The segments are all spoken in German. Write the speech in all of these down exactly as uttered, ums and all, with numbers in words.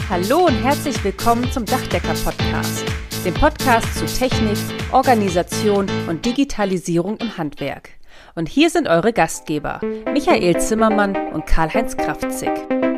Hallo und herzlich willkommen zum Dachdecker-Podcast, dem Podcast zu Technik, Organisation und Digitalisierung im Handwerk. Und hier sind eure Gastgeber, Michael Zimmermann und Karl-Heinz Kraftzig.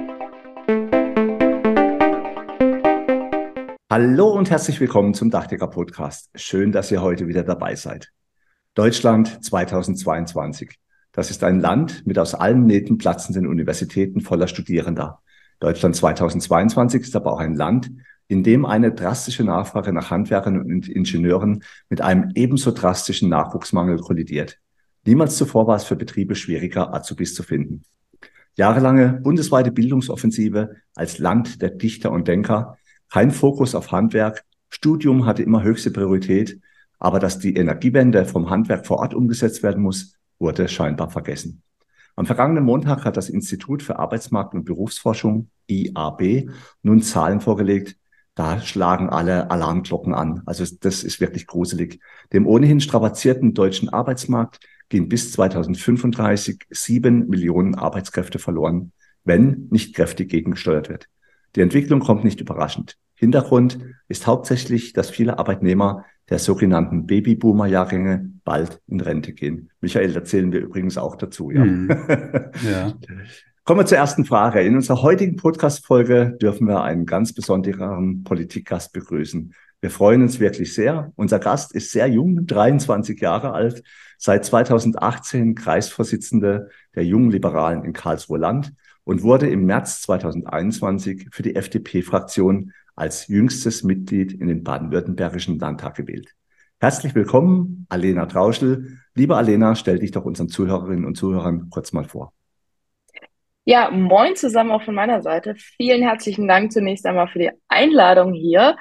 Hallo und herzlich willkommen zum Dachdecker-Podcast. Schön, dass ihr heute wieder dabei seid. Deutschland zweitausendzweiundzwanzig. Das ist ein Land mit aus allen Nähten platzenden Universitäten voller Studierender. Deutschland zweitausendzweiundzwanzig ist aber auch ein Land, in dem eine drastische Nachfrage nach Handwerkern und Ingenieuren mit einem ebenso drastischen Nachwuchsmangel kollidiert. Niemals zuvor war es für Betriebe schwieriger, Azubis zu finden. Jahrelange bundesweite Bildungsoffensive als Land der Dichter und Denker, kein Fokus auf Handwerk, Studium hatte immer höchste Priorität, aber dass die Energiewende vom Handwerk vor Ort umgesetzt werden muss, wurde scheinbar vergessen. Am vergangenen Montag hat das Institut für Arbeitsmarkt- und Berufsforschung, I A B, nun Zahlen vorgelegt. Da schlagen alle Alarmglocken an. Also das ist wirklich gruselig. Dem ohnehin strapazierten deutschen Arbeitsmarkt gehen bis zweitausendfünfunddreißig sieben Millionen Arbeitskräfte verloren, wenn nicht kräftig gegengesteuert wird. Die Entwicklung kommt nicht überraschend. Hintergrund ist hauptsächlich, dass viele Arbeitnehmer der sogenannten Babyboomer-Jahrgänge bald in Rente gehen. Michael, da zählen wir übrigens auch dazu. Ja. Hm, ja. Kommen wir zur ersten Frage. In unserer heutigen Podcast-Folge dürfen wir einen ganz besonderen Politikgast begrüßen. Wir freuen uns wirklich sehr. Unser Gast ist sehr jung, dreiundzwanzig Jahre alt, seit zweitausendachtzehn Kreisvorsitzende der Jungen Liberalen in Karlsruhe-Land und wurde im März zweitausendeinundzwanzig für die F D P-Fraktion als jüngstes Mitglied in den baden-württembergischen Landtag gewählt. Herzlich willkommen, Alena Trauschel. Liebe Alena, stell dich doch unseren Zuhörerinnen und Zuhörern kurz mal vor. Ja, moin zusammen auch von meiner Seite. Vielen herzlichen Dank zunächst einmal für die Einladung hier.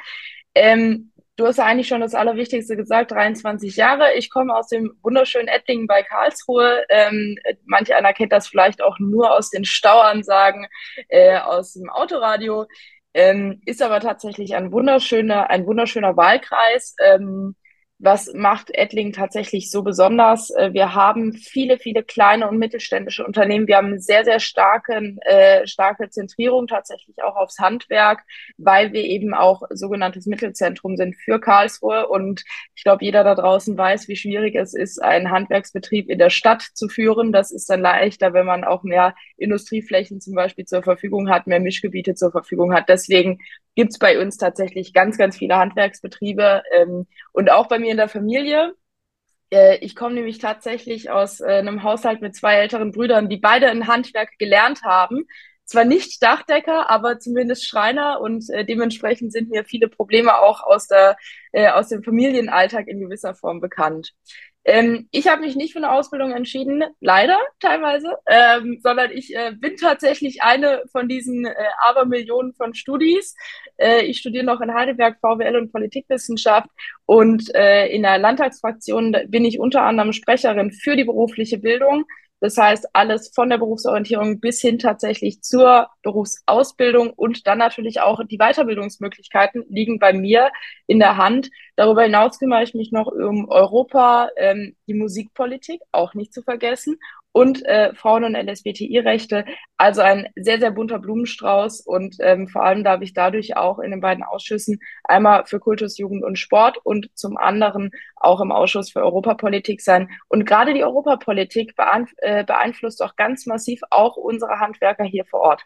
Ähm, du hast ja eigentlich schon das Allerwichtigste gesagt, dreiundzwanzig Jahre. Ich komme aus dem wunderschönen Ettlingen bei Karlsruhe. Ähm, manch einer kennt das vielleicht auch nur aus den Stauansagen, äh, aus dem Autoradio. Ähm, ist aber tatsächlich ein wunderschöner, ein wunderschöner Wahlkreis. Ähm, was macht Ettlingen tatsächlich so besonders? Äh, Wir haben viele, viele kleine und mittelständische Unternehmen. Wir haben eine sehr, sehr starke, äh, starke Zentrierung tatsächlich auch aufs Handwerk, weil wir eben auch sogenanntes Mittelzentrum sind für Karlsruhe. Und ich glaube, jeder da draußen weiß, wie schwierig es ist, einen Handwerksbetrieb in der Stadt zu führen. Das ist dann leichter, wenn man auch mehr Industrieflächen zum Beispiel zur Verfügung hat, mehr Mischgebiete zur Verfügung hat. Deswegen gibt es bei uns tatsächlich ganz, ganz viele Handwerksbetriebe ähm, und auch bei mir in der Familie. Äh, ich komme nämlich tatsächlich aus äh, einem Haushalt mit zwei älteren Brüdern, die beide ein Handwerk gelernt haben. Zwar nicht Dachdecker, aber zumindest Schreiner und äh, dementsprechend sind mir viele Probleme auch aus der äh, aus dem Familienalltag in gewisser Form bekannt. Ähm, ich habe mich nicht für eine Ausbildung entschieden, leider teilweise, ähm, sondern ich äh, bin tatsächlich eine von diesen äh, Abermillionen von Studis. Äh, ich studiere noch in Heidelberg V W L und Politikwissenschaft und äh, in der Landtagsfraktion bin ich unter anderem Sprecherin für die berufliche Bildung. Das heißt, alles von der Berufsorientierung bis hin tatsächlich zur Berufsausbildung und dann natürlich auch die Weiterbildungsmöglichkeiten liegen bei mir in der Hand. Darüber hinaus kümmere ich mich noch um Europa, ähm, die Musikpolitik, auch nicht zu vergessen, und äh, Frauen- und L S B T I-Rechte. Also ein sehr, sehr bunter Blumenstrauß und ähm, vor allem darf ich dadurch auch in den beiden Ausschüssen einmal für Kultus, Jugend und Sport und zum anderen auch im Ausschuss für Europapolitik sein. Und gerade die Europapolitik beeinf äh, beeinflusst auch ganz massiv auch unsere Handwerker hier vor Ort.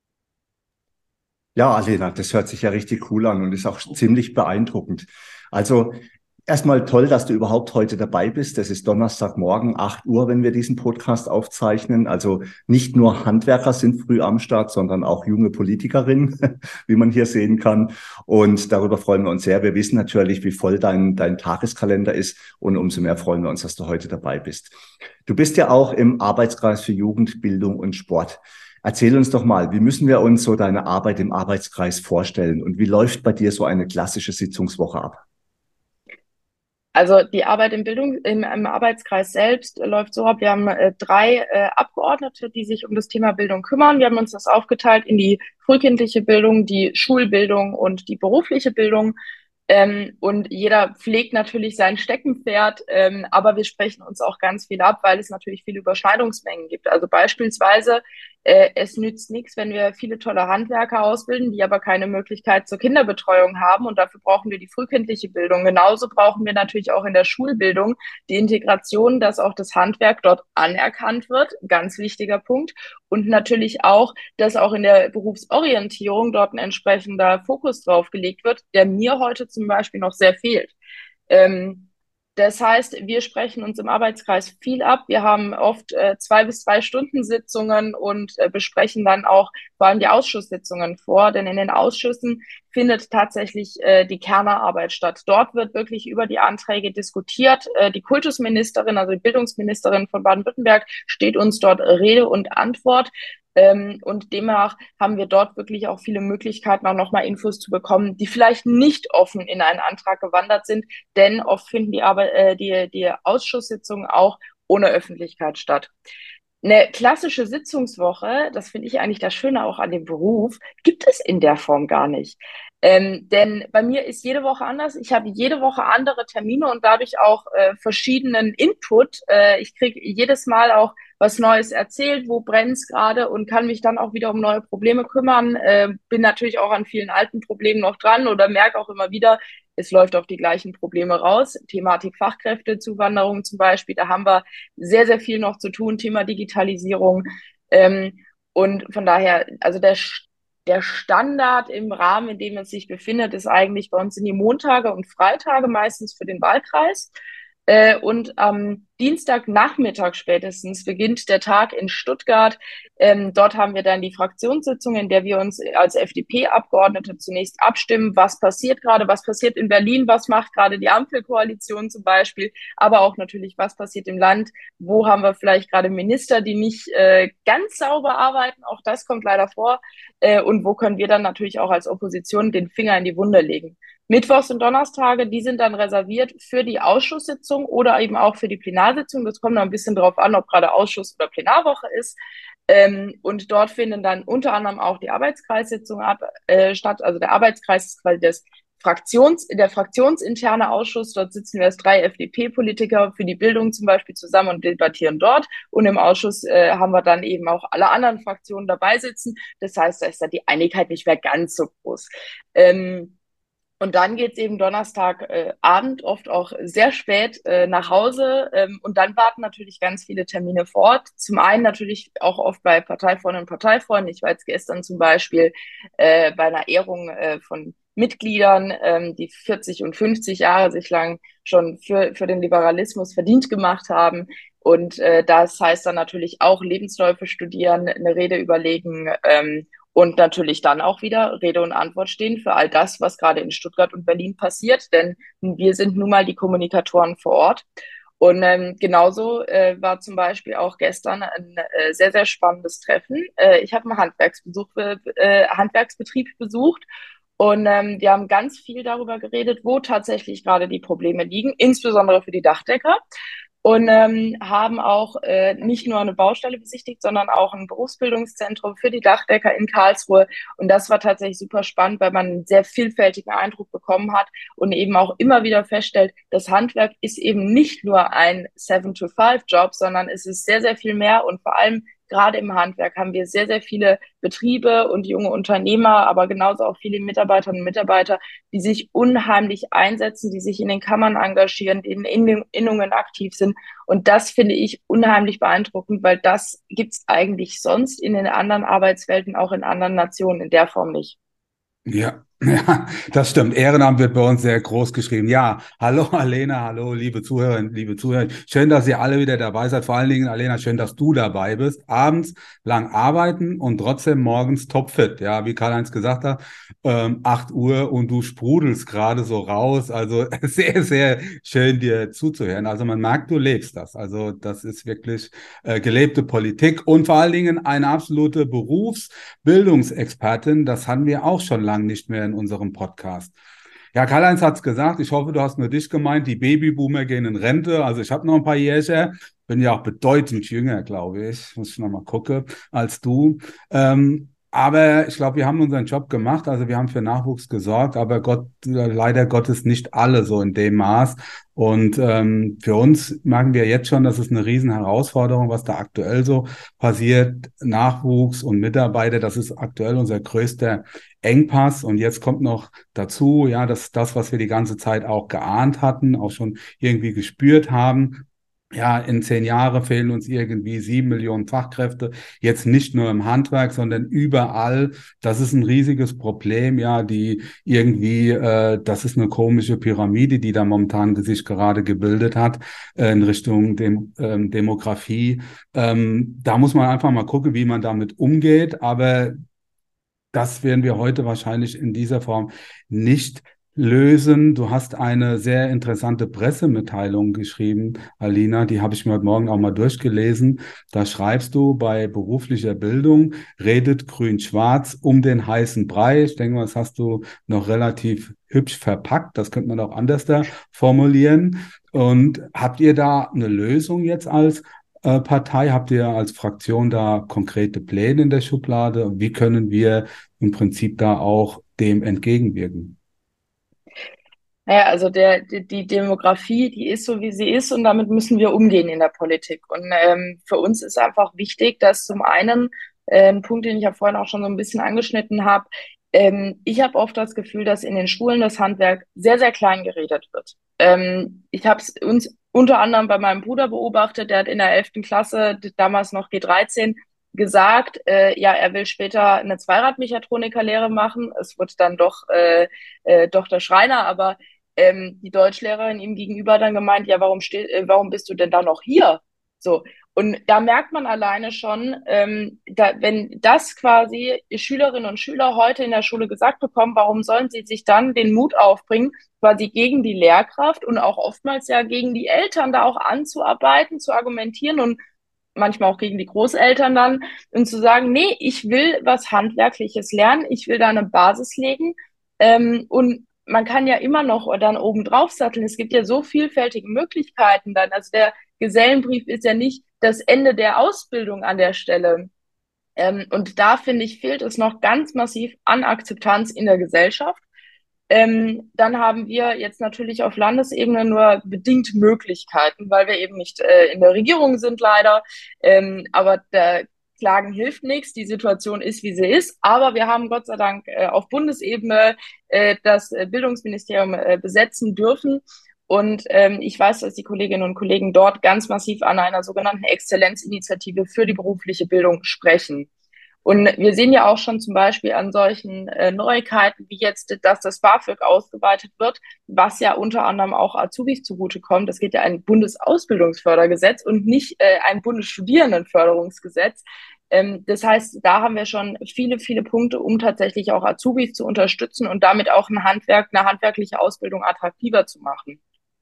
Ja, Alena, das hört sich ja richtig cool an und ist auch ziemlich beeindruckend. Also erstmal toll, dass du überhaupt heute dabei bist. Es ist Donnerstagmorgen, acht Uhr, wenn wir diesen Podcast aufzeichnen. Also nicht nur Handwerker sind früh am Start, sondern auch junge Politikerinnen, wie man hier sehen kann. Und darüber freuen wir uns sehr. Wir wissen natürlich, wie voll dein, dein Tageskalender ist. Und umso mehr freuen wir uns, dass du heute dabei bist. Du bist ja auch im Arbeitskreis für Jugend, Bildung und Sport. Erzähl uns doch mal, wie müssen wir uns so deine Arbeit im Arbeitskreis vorstellen und wie läuft bei dir so eine klassische Sitzungswoche ab? Also die Arbeit im Bildung, im, im Arbeitskreis selbst äh, läuft so ab. Wir haben äh, drei äh, Abgeordnete, die sich um das Thema Bildung kümmern. Wir haben uns das aufgeteilt in die frühkindliche Bildung, die Schulbildung und die berufliche Bildung. Ähm, und jeder pflegt natürlich sein Steckenpferd, ähm, aber wir sprechen uns auch ganz viel ab, weil es natürlich viele Überschneidungsmengen gibt. Also beispielsweise Äh, es nützt nichts, wenn wir viele tolle Handwerker ausbilden, die aber keine Möglichkeit zur Kinderbetreuung haben. Und dafür brauchen wir die frühkindliche Bildung. Genauso brauchen wir natürlich auch in der Schulbildung die Integration, dass auch das Handwerk dort anerkannt wird. Ganz wichtiger Punkt. Und natürlich auch, dass auch in der Berufsorientierung dort ein entsprechender Fokus drauf gelegt wird, der mir heute zum Beispiel noch sehr fehlt. Ähm, Das heißt, wir sprechen uns im Arbeitskreis viel ab. Wir haben oft äh, zwei bis drei Stunden Sitzungen und äh, besprechen dann auch vor allem die Ausschusssitzungen vor. Denn in den Ausschüssen findet tatsächlich äh, die Kernarbeit statt. Dort wird wirklich über die Anträge diskutiert. Äh, die Kultusministerin, also die Bildungsministerin von Baden-Württemberg, steht uns dort Rede und Antwort. Ähm, und demnach haben wir dort wirklich auch viele Möglichkeiten, auch nochmal Infos zu bekommen, die vielleicht nicht offen in einen Antrag gewandert sind, denn oft finden die, Arbeit, äh, die, die Ausschusssitzungen auch ohne Öffentlichkeit statt. Eine klassische Sitzungswoche, das finde ich eigentlich das Schöne auch an dem Beruf, gibt es in der Form gar nicht. Ähm, denn bei mir ist jede Woche anders. Ich habe jede Woche andere Termine und dadurch auch äh, verschiedenen Input. Äh, ich kriege jedes Mal auch was Neues erzählt, wo brennt es gerade und kann mich dann auch wieder um neue Probleme kümmern. Äh, bin natürlich auch an vielen alten Problemen noch dran oder merke auch immer wieder, es läuft auf die gleichen Probleme raus. Thematik Fachkräftezuwanderung zum Beispiel, da haben wir sehr, sehr viel noch zu tun. Thema Digitalisierung. Ähm, und von daher, also der, der Standard im Rahmen, in dem es sich befindet, ist eigentlich bei uns sind die Montage und Freitage meistens für den Wahlkreis. Äh, und am Dienstagnachmittag spätestens beginnt der Tag in Stuttgart. Ähm, dort haben wir dann die Fraktionssitzung, in der wir uns als F D P-Abgeordnete zunächst abstimmen, was passiert gerade, was passiert in Berlin, was macht gerade die Ampelkoalition zum Beispiel, aber auch natürlich, was passiert im Land, wo haben wir vielleicht gerade Minister, die nicht äh, ganz sauber arbeiten, auch das kommt leider vor, äh, und wo können wir dann natürlich auch als Opposition den Finger in die Wunde legen. Mittwochs und Donnerstage, die sind dann reserviert für die Ausschusssitzung oder eben auch für die Plenarsitzung. Das kommt noch ein bisschen drauf an, ob gerade Ausschuss- oder Plenarwoche ist. Ähm, und dort finden dann unter anderem auch die Arbeitskreissitzungen ab, äh, statt. Also der Arbeitskreis ist quasi das Fraktions, der fraktionsinterne Ausschuss. Dort sitzen wir als drei F D P-Politiker für die Bildung zum Beispiel zusammen und debattieren dort. Und im Ausschuss äh, haben wir dann eben auch alle anderen Fraktionen dabei sitzen. Das heißt, da ist dann die Einigkeit nicht mehr ganz so groß. Ähm, Und dann geht's eben Donnerstagabend, äh, oft auch sehr spät, äh, nach Hause. Ähm, und dann warten natürlich ganz viele Termine vor Ort. Zum einen natürlich auch oft bei Parteifreunden und Parteifreunden. Ich war jetzt gestern zum Beispiel äh, bei einer Ehrung äh, von Mitgliedern, ähm, die vierzig und fünfzig Jahre sich lang schon für, für den Liberalismus verdient gemacht haben. Und äh, das heißt dann natürlich auch Lebensläufe studieren, eine Rede überlegen, ähm, und natürlich dann auch wieder Rede und Antwort stehen für all das, was gerade in Stuttgart und Berlin passiert, denn wir sind nun mal die Kommunikatoren vor Ort. Und ähm, genauso äh, war zum Beispiel auch gestern ein äh, sehr, sehr spannendes Treffen. Äh, ich habe einen Handwerksbesuch, äh, Handwerksbetrieb besucht und ähm, wir haben ganz viel darüber geredet, wo tatsächlich gerade die Probleme liegen, insbesondere für die Dachdecker. Und ähm, haben auch äh, nicht nur eine Baustelle besichtigt, sondern auch ein Berufsbildungszentrum für die Dachdecker in Karlsruhe. Und das war tatsächlich super spannend, weil man einen sehr vielfältigen Eindruck bekommen hat und eben auch immer wieder feststellt, das Handwerk ist eben nicht nur ein seven to five Job, sondern es ist sehr, sehr viel mehr. Und vor allem gerade im Handwerk haben wir sehr, sehr viele Betriebe und junge Unternehmer, aber genauso auch viele Mitarbeiterinnen und Mitarbeiter, die sich unheimlich einsetzen, die sich in den Kammern engagieren, die in den Innungen aktiv sind. Und das finde ich unheimlich beeindruckend, weil das gibt's eigentlich sonst in den anderen Arbeitswelten, auch in anderen Nationen in der Form nicht. Ja, ja, das stimmt. Ehrenamt wird bei uns sehr groß geschrieben. Ja, hallo Alena, hallo liebe Zuhörerinnen, liebe Zuhörer. Schön, dass ihr alle wieder dabei seid. Vor allen Dingen, Alena, schön, dass du dabei bist. Abends lang arbeiten und trotzdem morgens topfit. Ja, wie Karl-Heinz gesagt hat, ähm, acht Uhr und du sprudelst gerade so raus. Also sehr, sehr schön, dir zuzuhören. Also man merkt, du lebst das. Also das ist wirklich äh, gelebte Politik und vor allen Dingen eine absolute Berufsbildungsexpertin. Das haben wir auch schon lange nicht mehr in unserem Podcast. Ja, Karl-Heinz hat es gesagt, ich hoffe, du hast nur dich gemeint, die Babyboomer gehen in Rente, also ich habe noch ein paar Jährchen, bin ja auch bedeutend jünger, glaube ich, muss ich nochmal gucken, als du. Ähm, Aber ich glaube, wir haben unseren Job gemacht, also wir haben für Nachwuchs gesorgt, aber Gott, leider Gottes nicht alle so in dem Maß. Und ähm, für uns merken wir jetzt schon, das ist eine riesen Herausforderung, was da aktuell so passiert. Nachwuchs und Mitarbeiter, das ist aktuell unser größter Engpass. Und jetzt kommt noch dazu, ja, dass das, was wir die ganze Zeit auch geahnt hatten, auch schon irgendwie gespürt haben. Ja, in zehn Jahren fehlen uns irgendwie sieben Millionen Fachkräfte. Jetzt nicht nur im Handwerk, sondern überall. Das ist ein riesiges Problem. Ja, die irgendwie, äh, das ist eine komische Pyramide, die da momentan sich gerade gebildet hat äh, in Richtung Dem, ähm, Demografie. Ähm, da muss man einfach mal gucken, wie man damit umgeht. Aber das werden wir heute wahrscheinlich in dieser Form nicht lösen. Du hast eine sehr interessante Pressemitteilung geschrieben, Alina, die habe ich mir heute Morgen auch mal durchgelesen. Da schreibst du, bei beruflicher Bildung redet Grün-Schwarz um den heißen Brei. Ich denke mal, das hast du noch relativ hübsch verpackt. Das könnte man auch anders da formulieren. Und habt ihr da eine Lösung jetzt als äh, Partei? Habt ihr als Fraktion da konkrete Pläne in der Schublade? Wie können wir im Prinzip da auch dem entgegenwirken? Naja, also der, die, die Demografie, die ist so, wie sie ist und damit müssen wir umgehen in der Politik. Und ähm, für uns ist einfach wichtig, dass zum einen, äh, ein Punkt, den ich ja vorhin auch schon so ein bisschen angeschnitten habe, ähm, ich habe oft das Gefühl, dass in den Schulen das Handwerk sehr, sehr klein geredet wird. Ähm, ich habe es uns unter anderem bei meinem Bruder beobachtet, der hat in der elften Klasse, damals noch G dreizehn, gesagt, äh, ja, er will später eine Zweiradmechatronikerlehre machen. Es wird dann doch, äh, äh, doch der Schreiner, aber ähm, die Deutschlehrerin ihm gegenüber dann gemeint, ja, warum steh, äh, warum bist du denn da noch hier? So. Und da merkt man alleine schon, ähm, da, wenn das quasi Schülerinnen und Schüler heute in der Schule gesagt bekommen, warum sollen sie sich dann den Mut aufbringen, quasi gegen die Lehrkraft und auch oftmals ja gegen die Eltern da auch anzuarbeiten, zu argumentieren und manchmal auch gegen die Großeltern dann und zu sagen, nee, ich will was Handwerkliches lernen, ich will da eine Basis legen ähm, und man kann ja immer noch dann oben drauf satteln. Es gibt ja so vielfältige Möglichkeiten dann. Also der Gesellenbrief ist ja nicht das Ende der Ausbildung an der Stelle. Ähm, und da finde ich, fehlt es noch ganz massiv an Akzeptanz in der Gesellschaft. Ähm, dann haben wir jetzt natürlich auf Landesebene nur bedingt Möglichkeiten, weil wir eben nicht äh, in der Regierung sind leider. Ähm, aber der Klagen hilft nichts. Die Situation ist, wie sie ist. Aber wir haben Gott sei Dank äh, auf Bundesebene äh, das Bildungsministerium äh, besetzen dürfen. Und ähm, ich weiß, dass die Kolleginnen und Kollegen dort ganz massiv an einer sogenannten Exzellenzinitiative für die berufliche Bildung sprechen. Und wir sehen ja auch schon zum Beispiel an solchen äh, Neuigkeiten wie jetzt, dass das BAföG ausgeweitet wird, was ja unter anderem auch Azubis zugutekommt. Es geht ja ein Bundesausbildungsfördergesetz und nicht äh, ein Bundesstudierendenförderungsgesetz. Ähm, das heißt, da haben wir schon viele, viele Punkte, um tatsächlich auch Azubis zu unterstützen und damit auch ein Handwerk, eine handwerkliche Ausbildung attraktiver zu machen.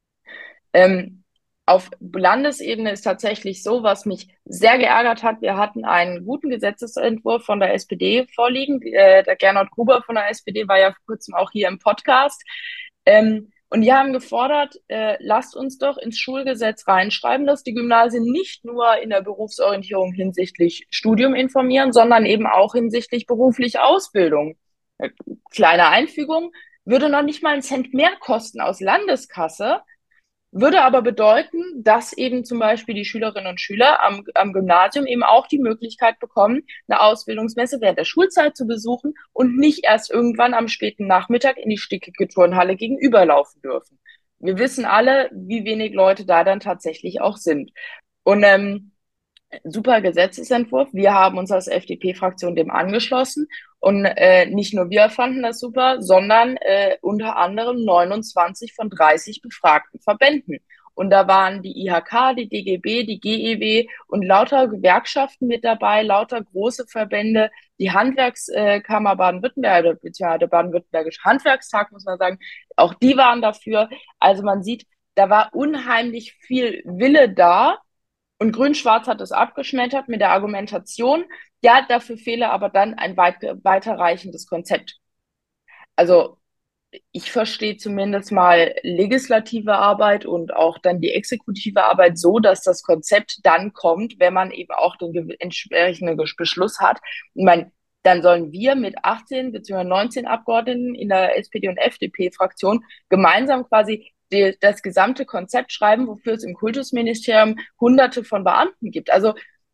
Ähm, Auf Landesebene ist tatsächlich so, was mich sehr geärgert hat. Wir hatten einen guten Gesetzesentwurf von der S P D vorliegen. Äh, der Gernot Gruber von der S P D war ja vor kurzem auch hier im Podcast. Ähm, und die haben gefordert, äh, lasst uns doch ins Schulgesetz reinschreiben, dass die Gymnasien nicht nur in der Berufsorientierung hinsichtlich Studium informieren, sondern eben auch hinsichtlich berufliche Ausbildung. Äh, kleine Einfügung, würde noch nicht mal einen Cent mehr kosten aus Landeskasse. Würde aber bedeuten, dass eben zum Beispiel die Schülerinnen und Schüler am, am Gymnasium eben auch die Möglichkeit bekommen, eine Ausbildungsmesse während der Schulzeit zu besuchen und nicht erst irgendwann am späten Nachmittag in die stickige Turnhalle gegenüberlaufen dürfen. Wir wissen alle, wie wenig Leute da dann tatsächlich auch sind. Und ähm, super Gesetzesentwurf. Wir haben uns als F D P-Fraktion dem angeschlossen. Und äh, nicht nur wir fanden das super, sondern äh, unter anderem neunundzwanzig von dreißig befragten Verbänden. Und da waren die I H K, die D G B, die G E W und lauter Gewerkschaften mit dabei, lauter große Verbände, die Handwerkskammer Baden-Württemberg, beziehungsweise der Baden-Württembergische Handwerkstag, muss man sagen, auch die waren dafür. Also man sieht, da war unheimlich viel Wille da. Und Grün-Schwarz hat es abgeschmettert mit der Argumentation, ja, dafür fehle aber dann ein weit, weiterreichendes Konzept. Also ich verstehe zumindest mal legislative Arbeit und auch dann die exekutive Arbeit so, dass das Konzept dann kommt, wenn man eben auch den entsprechenden Beschluss hat. Ich meine, dann sollen wir mit achtzehn bzw. neunzehn Abgeordneten in der S P D- und F D P-Fraktion gemeinsam quasi die, das gesamte Konzept schreiben, wofür es im Kultusministerium hunderte von Beamten gibt. Also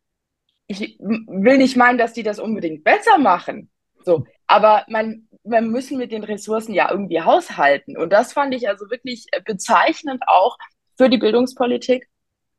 ich will nicht meinen, dass die das unbedingt besser machen. So, aber man, wir müssen mit den Ressourcen ja irgendwie haushalten. Und das fand ich also wirklich bezeichnend auch für die Bildungspolitik.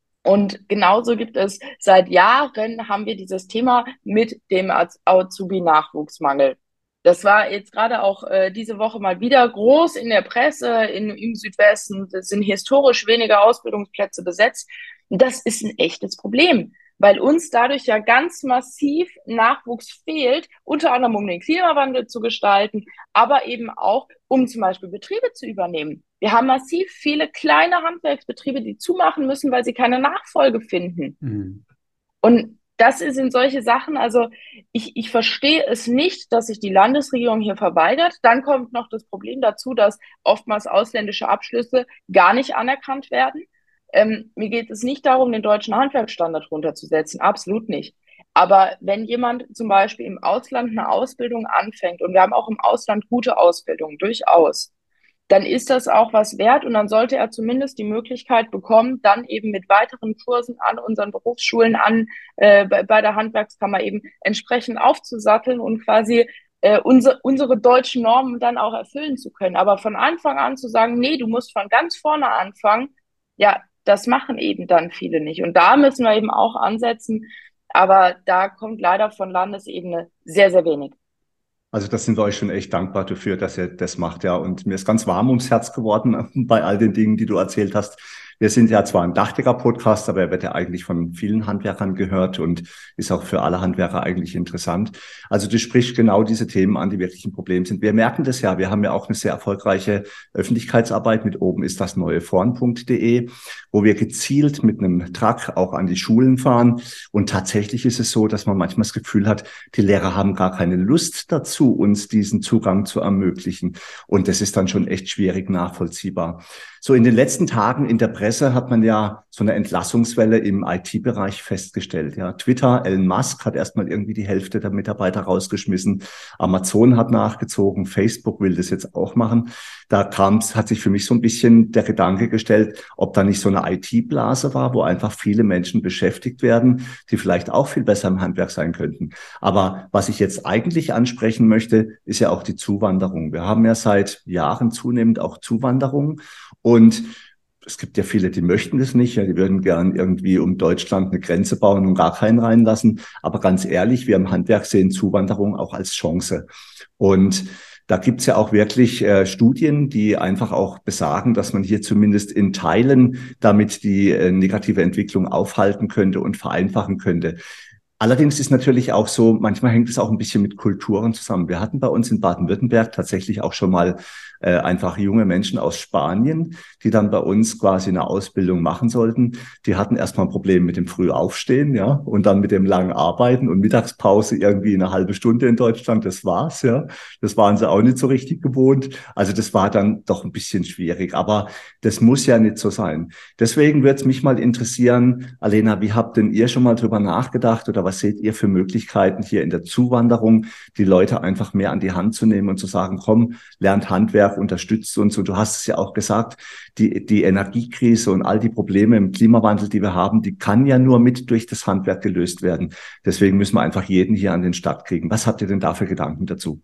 Und genauso gibt es seit Jahren haben wir dieses Thema mit dem Azubi-Nachwuchsmangel. Das war jetzt gerade auch äh, diese Woche mal wieder groß in der Presse in, im Südwesten. Es sind historisch weniger Ausbildungsplätze besetzt. Und das ist ein echtes Problem, weil uns dadurch ja ganz massiv Nachwuchs fehlt, unter anderem um den Klimawandel zu gestalten, aber eben auch, um zum Beispiel Betriebe zu übernehmen. Wir haben massiv viele kleine Handwerksbetriebe, die zumachen müssen, weil sie keine Nachfolge finden. Mhm. Und das sind solche Sachen, also ich, ich verstehe es nicht, dass sich die Landesregierung hier verweigert. Dann kommt noch das Problem dazu, dass oftmals ausländische Abschlüsse gar nicht anerkannt werden. Ähm, mir geht es nicht darum, den deutschen Handwerksstandard runterzusetzen, absolut nicht. Aber wenn jemand zum Beispiel im Ausland eine Ausbildung anfängt, und wir haben auch im Ausland gute Ausbildung, durchaus, dann ist das auch was wert und dann sollte er zumindest die Möglichkeit bekommen, dann eben mit weiteren Kursen an unseren Berufsschulen, an äh, bei, bei der Handwerkskammer eben entsprechend aufzusatteln und quasi äh, unsere, unsere deutschen Normen dann auch erfüllen zu können. Aber von Anfang an zu sagen, nee, du musst von ganz vorne anfangen, ja, das machen eben dann viele nicht. Und da müssen wir eben auch ansetzen, aber da kommt leider von Landesebene sehr, sehr wenig. Also das sind wir euch schon echt dankbar dafür, dass ihr das macht, ja. Und mir ist ganz warm ums Herz geworden bei all den Dingen, die du erzählt hast. Wir sind ja zwar ein Dachdecker-Podcast, aber er wird ja eigentlich von vielen Handwerkern gehört und ist auch für alle Handwerker eigentlich interessant. Also du sprichst genau diese Themen an, die wirklich ein Problem sind. Wir merken das ja. Wir haben ja auch eine sehr erfolgreiche Öffentlichkeitsarbeit mit oben ist das neue vorn punkt de, wo wir gezielt mit einem Truck auch an die Schulen fahren. Und tatsächlich ist es so, dass man manchmal das Gefühl hat, die Lehrer haben gar keine Lust dazu, uns diesen Zugang zu ermöglichen. Und das ist dann schon echt schwierig nachvollziehbar. So in den letzten Tagen in der Presse hat man ja so eine Entlassungswelle im I T-Bereich festgestellt. Ja, Twitter, Elon Musk hat erstmal irgendwie die Hälfte der Mitarbeiter rausgeschmissen. Amazon hat nachgezogen. Facebook will das jetzt auch machen. Da kam es, hat sich für mich so ein bisschen der Gedanke gestellt, ob da nicht so eine I T-Blase war, wo einfach viele Menschen beschäftigt werden, die vielleicht auch viel besser im Handwerk sein könnten. Aber was ich jetzt eigentlich ansprechen möchte, ist ja auch die Zuwanderung. Wir haben ja seit Jahren zunehmend auch Zuwanderung. Und es gibt ja viele, die möchten das nicht. Ja, die würden gern irgendwie um Deutschland eine Grenze bauen und gar keinen reinlassen. Aber ganz ehrlich, wir im Handwerk sehen Zuwanderung auch als Chance. Und da gibt's ja auch wirklich äh, Studien, die einfach auch besagen, dass man hier zumindest in Teilen damit die äh, negative Entwicklung aufhalten könnte und vereinfachen könnte. Allerdings ist natürlich auch so, manchmal hängt es auch ein bisschen mit Kulturen zusammen. Wir hatten bei uns in Baden-Württemberg tatsächlich auch schon mal äh, einfach junge Menschen aus Spanien, die dann bei uns quasi eine Ausbildung machen sollten. Die hatten erstmal ein Problem mit dem Frühaufstehen, ja, und dann mit dem langen Arbeiten und Mittagspause irgendwie eine halbe Stunde in Deutschland. Das war's, ja. Das waren sie auch nicht so richtig gewohnt. Also das war dann doch ein bisschen schwierig. Aber das muss ja nicht so sein. Deswegen würde es mich mal interessieren, Alena, wie habt denn ihr schon mal drüber nachgedacht oder was seht ihr für Möglichkeiten hier in der Zuwanderung, die Leute einfach mehr an die Hand zu nehmen und zu sagen, komm, lernt Handwerk, unterstützt uns. Und du hast es ja auch gesagt, die, die Energiekrise und all die Probleme im Klimawandel, die wir haben, die kann ja nur mit durch das Handwerk gelöst werden. Deswegen müssen wir einfach jeden hier an den Start kriegen. Was habt ihr denn da für Gedanken dazu?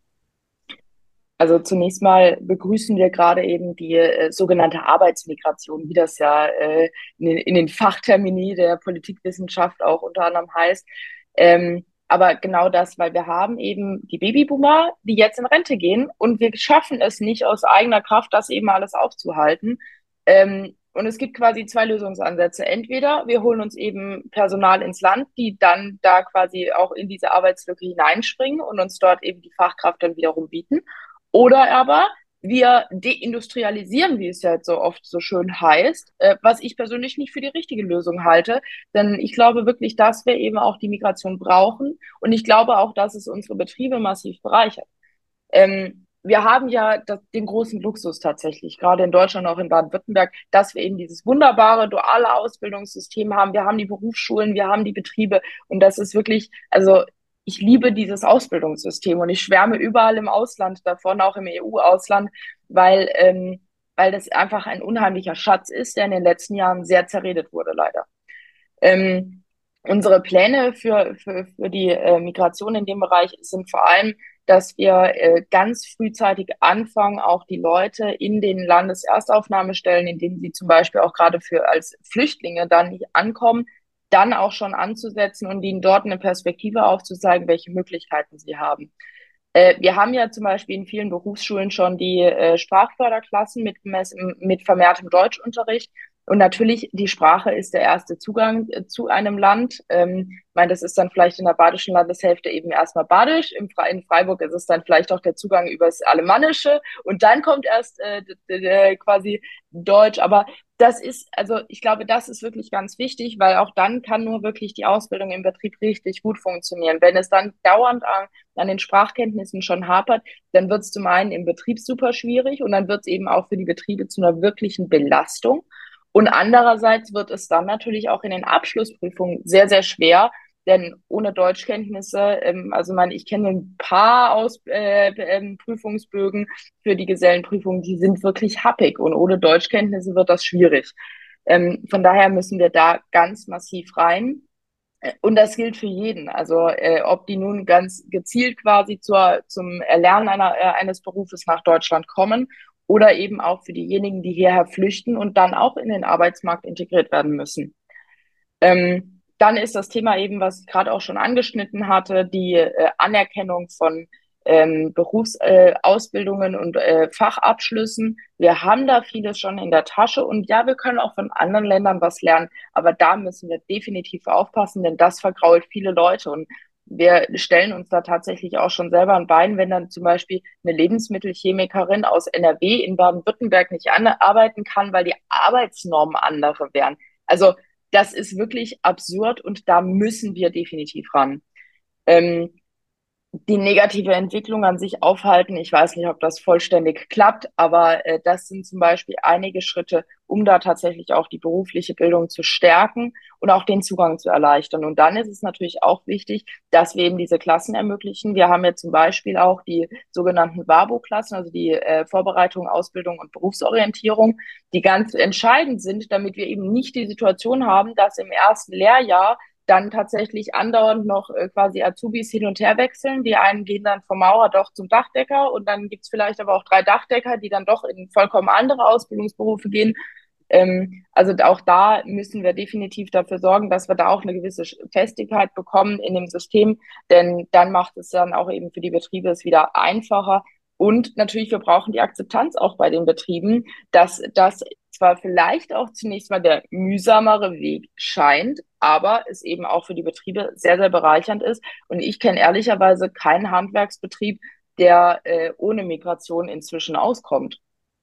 Also zunächst mal begrüßen wir gerade eben die äh, sogenannte Arbeitsmigration, wie das ja äh, in, den, in den Fachtermini der Politikwissenschaft auch unter anderem heißt. Ähm, aber genau das, weil wir haben eben die Babyboomer, die jetzt in Rente gehen und wir schaffen es nicht aus eigener Kraft, das eben alles aufzuhalten. Ähm, und es gibt quasi zwei Lösungsansätze. Entweder wir holen uns eben Personal ins Land, die dann da quasi auch in diese Arbeitslücke hineinspringen und uns dort eben die Fachkraft dann wiederum bieten. Oder aber wir deindustrialisieren, wie es ja jetzt so oft so schön heißt, äh, was ich persönlich nicht für die richtige Lösung halte. Denn ich glaube wirklich, dass wir eben auch die Migration brauchen. Und ich glaube auch, dass es unsere Betriebe massiv bereichert. Ähm, wir haben ja das, den großen Luxus tatsächlich, gerade in Deutschland, auch in Baden-Württemberg, dass wir eben dieses wunderbare duale Ausbildungssystem haben. Wir haben die Berufsschulen, wir haben die Betriebe. Und das ist wirklich, also ich liebe dieses Ausbildungssystem und ich schwärme überall im Ausland davon, auch im E U-Ausland, weil, ähm, weil das einfach ein unheimlicher Schatz ist, der in den letzten Jahren sehr zerredet wurde, leider. Ähm, Unsere Pläne für, für, für die äh, Migration in dem Bereich sind vor allem, dass wir äh, ganz frühzeitig anfangen, auch die Leute in den Landeserstaufnahmestellen, in denen sie zum Beispiel auch gerade für als Flüchtlinge dann nicht ankommen, dann auch schon anzusetzen und ihnen dort eine Perspektive aufzuzeigen, welche Möglichkeiten sie haben. Äh, wir haben ja zum Beispiel in vielen Berufsschulen schon die äh, Sprachförderklassen mit, mit vermehrtem Deutschunterricht. Und natürlich, die Sprache ist der erste Zugang äh, zu einem Land. Ähm, ich meine, das ist dann vielleicht in der badischen Landeshälfte eben erstmal Badisch. Im Fre in Freiburg ist es dann vielleicht auch der Zugang übers Alemannische. Und dann kommt erst äh, quasi Deutsch. Aber das ist, also ich glaube, das ist wirklich ganz wichtig, weil auch dann kann nur wirklich die Ausbildung im Betrieb richtig gut funktionieren. Wenn es dann dauernd an, an den Sprachkenntnissen schon hapert, dann wird es zum einen im Betrieb super schwierig und dann wird es eben auch für die Betriebe zu einer wirklichen Belastung. Und andererseits wird es dann natürlich auch in den Abschlussprüfungen sehr, sehr schwer, denn ohne Deutschkenntnisse, ähm, also man, ich kenne ein paar Aus, äh, äh, Prüfungsbögen für die Gesellenprüfung, die sind wirklich happig und ohne Deutschkenntnisse wird das schwierig. Ähm, von daher müssen wir da ganz massiv rein. Und das gilt für jeden. Also äh, ob die nun ganz gezielt quasi zur, zum Erlernen einer, äh, eines Berufes nach Deutschland kommen oder eben auch für diejenigen, die hierher flüchten und dann auch in den Arbeitsmarkt integriert werden müssen. Ähm, dann ist das Thema eben, was ich gerade auch schon angeschnitten hatte, die äh, Anerkennung von ähm, Berufsausbildungen äh, und äh, Fachabschlüssen. Wir haben da vieles schon in der Tasche und ja, wir können auch von anderen Ländern was lernen, aber da müssen wir definitiv aufpassen, denn das vergrault viele Leute und wir stellen uns da tatsächlich auch schon selber ein Bein, wenn dann zum Beispiel eine Lebensmittelchemikerin aus N R W in Baden-Württemberg nicht arbeiten kann, weil die Arbeitsnormen andere wären. Also das ist wirklich absurd und da müssen wir definitiv ran. Ähm, die negative Entwicklung an sich aufhalten. Ich weiß nicht, ob das vollständig klappt, aber äh, das sind zum Beispiel einige Schritte, um da tatsächlich auch die berufliche Bildung zu stärken und auch den Zugang zu erleichtern. Und dann ist es natürlich auch wichtig, dass wir eben diese Klassen ermöglichen. Wir haben ja zum Beispiel auch die sogenannten WABO-Klassen, also die äh, Vorbereitung, Ausbildung und Berufsorientierung, die ganz entscheidend sind, damit wir eben nicht die Situation haben, dass im ersten Lehrjahr dann tatsächlich andauernd noch äh, quasi Azubis hin und her wechseln. Die einen gehen dann vom Maurer doch zum Dachdecker und dann gibt's vielleicht aber auch drei Dachdecker, die dann doch in vollkommen andere Ausbildungsberufe gehen. Ähm, also auch da müssen wir definitiv dafür sorgen, dass wir da auch eine gewisse Festigkeit bekommen in dem System, denn dann macht es dann auch eben für die Betriebe es wieder einfacher. Und natürlich, wir brauchen die Akzeptanz auch bei den Betrieben, dass das zwar vielleicht auch zunächst mal der mühsamere Weg scheint, aber es eben auch für die Betriebe sehr, sehr bereichernd ist. Und ich kenne ehrlicherweise keinen Handwerksbetrieb, der äh, ohne Migration inzwischen auskommt.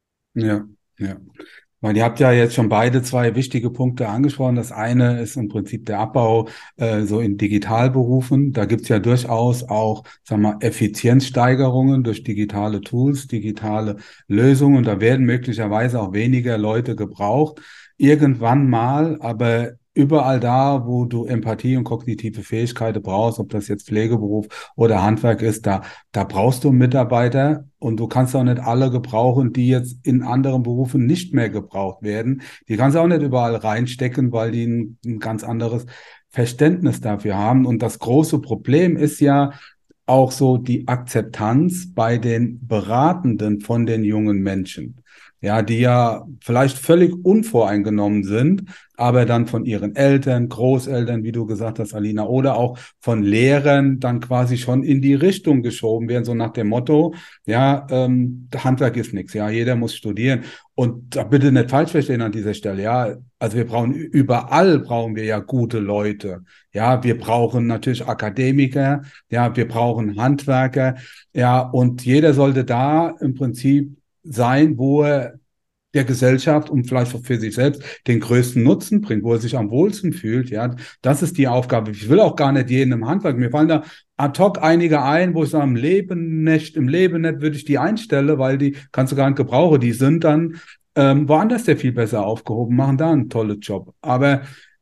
Ja, ja. Weil ihr habt ja jetzt schon beide zwei wichtige Punkte angesprochen. Das eine ist im Prinzip der Abbau äh, so in Digitalberufen. Da gibt's ja durchaus auch, sagen wir, Effizienzsteigerungen durch digitale Tools, digitale Lösungen. Da werden möglicherweise auch weniger Leute gebraucht. Irgendwann mal, aber überall da, wo du Empathie und kognitive Fähigkeiten brauchst, ob das jetzt Pflegeberuf oder Handwerk ist, da, da brauchst du Mitarbeiter und du kannst auch nicht alle gebrauchen, die jetzt in anderen Berufen nicht mehr gebraucht werden. Die kannst du auch nicht überall reinstecken, weil die ein, ein ganz anderes Verständnis dafür haben. Und das große Problem ist ja auch so die Akzeptanz bei den Beratenden von den jungen Menschen. Ja, die ja vielleicht völlig unvoreingenommen sind, aber dann von ihren Eltern, Großeltern, wie du gesagt hast, Alina, oder auch von Lehrern dann quasi schon in die Richtung geschoben werden, so nach dem Motto, ja, ähm, Handwerk ist nichts, ja, jeder muss studieren. Und da bitte nicht falsch verstehen an dieser Stelle, ja, also wir brauchen, überall brauchen wir ja gute Leute, ja, wir brauchen natürlich Akademiker, ja, wir brauchen Handwerker, ja, und jeder sollte da im Prinzip sein, wo er der Gesellschaft und vielleicht auch für sich selbst den größten Nutzen bringt, wo er sich am wohlsten fühlt. Ja, das ist die Aufgabe. Ich will auch gar nicht jeden im Handwerk. Mir fallen da ad hoc einige ein, wo ich sage, im Leben nicht, im Leben nicht würde ich die einstellen, weil die kannst du gar nicht gebrauchen. Die sind dann ähm, woanders der viel besser aufgehoben, machen da einen tollen Job. Aber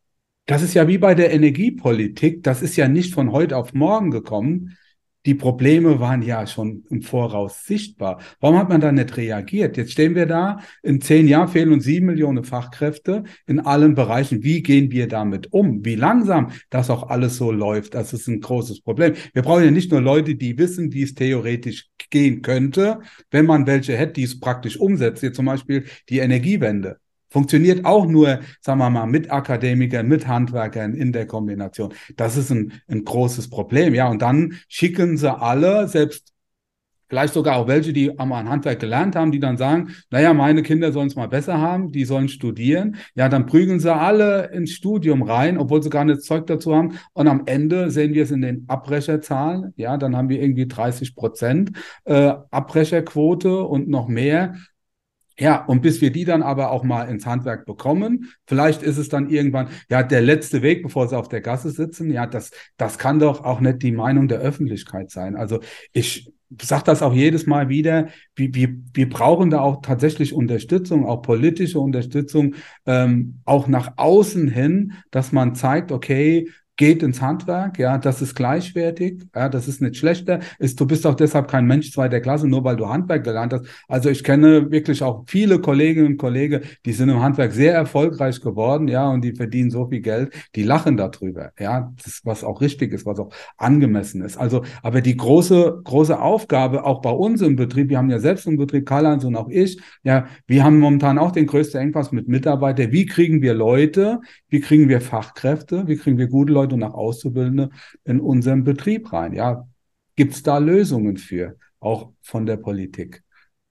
Das ist ja wie bei der Energiepolitik, das ist ja nicht von heute auf morgen gekommen. Die Probleme waren ja schon im Voraus sichtbar. Warum hat man da nicht reagiert? Jetzt stehen wir da, in zehn Jahren fehlen uns sieben Millionen Fachkräfte in allen Bereichen. Wie gehen wir damit um? Wie langsam das auch alles so läuft, das ist ein großes Problem. Wir brauchen ja nicht nur Leute, die wissen, wie es theoretisch gehen könnte, wenn man welche hätte, die es praktisch umsetzt. Hier zum Beispiel die Energiewende. Funktioniert auch nur, sagen wir mal, mit Akademikern, mit Handwerkern in der Kombination. Das ist ein, ein großes Problem. Ja, und dann schicken sie alle, selbst vielleicht sogar auch welche, die am Handwerk gelernt haben, die dann sagen, naja, meine Kinder sollen es mal besser haben, die sollen studieren. Ja, dann prügeln sie alle ins Studium rein, obwohl sie gar nicht Zeug dazu haben. Und am Ende sehen wir es in den Abbrecherzahlen. Ja, dann haben wir irgendwie dreißig Prozent äh, Abbrecherquote und noch mehr. Ja, und bis wir die dann aber auch mal ins Handwerk bekommen, vielleicht ist es dann irgendwann, ja, der letzte Weg, bevor sie auf der Gasse sitzen, ja, das, das kann doch auch nicht die Meinung der Öffentlichkeit sein. Also ich sage das auch jedes Mal wieder, wir, wir, wir brauchen da auch tatsächlich Unterstützung, auch politische Unterstützung, ähm, auch nach außen hin, dass man zeigt, okay, geht ins Handwerk, ja, das ist gleichwertig, ja, das ist nicht schlechter. Ist, du bist auch deshalb kein Mensch zweiter Klasse, nur weil du Handwerk gelernt hast. Also ich kenne wirklich auch viele Kolleginnen und Kollegen, die sind im Handwerk sehr erfolgreich geworden, ja, und die verdienen so viel Geld, die lachen darüber, ja, das, was auch richtig ist, was auch angemessen ist. Also, aber die große, große Aufgabe auch bei uns im Betrieb, wir haben ja selbst einen Betrieb, Karl-Heinz und auch ich, ja, wir haben momentan auch den größten Engpass mit Mitarbeitern. Wie kriegen wir Leute, wie kriegen wir Fachkräfte, wie kriegen wir gute Leute und auch Auszubildende in unseren Betrieb rein? Ja, gibt es da Lösungen für, auch von der Politik?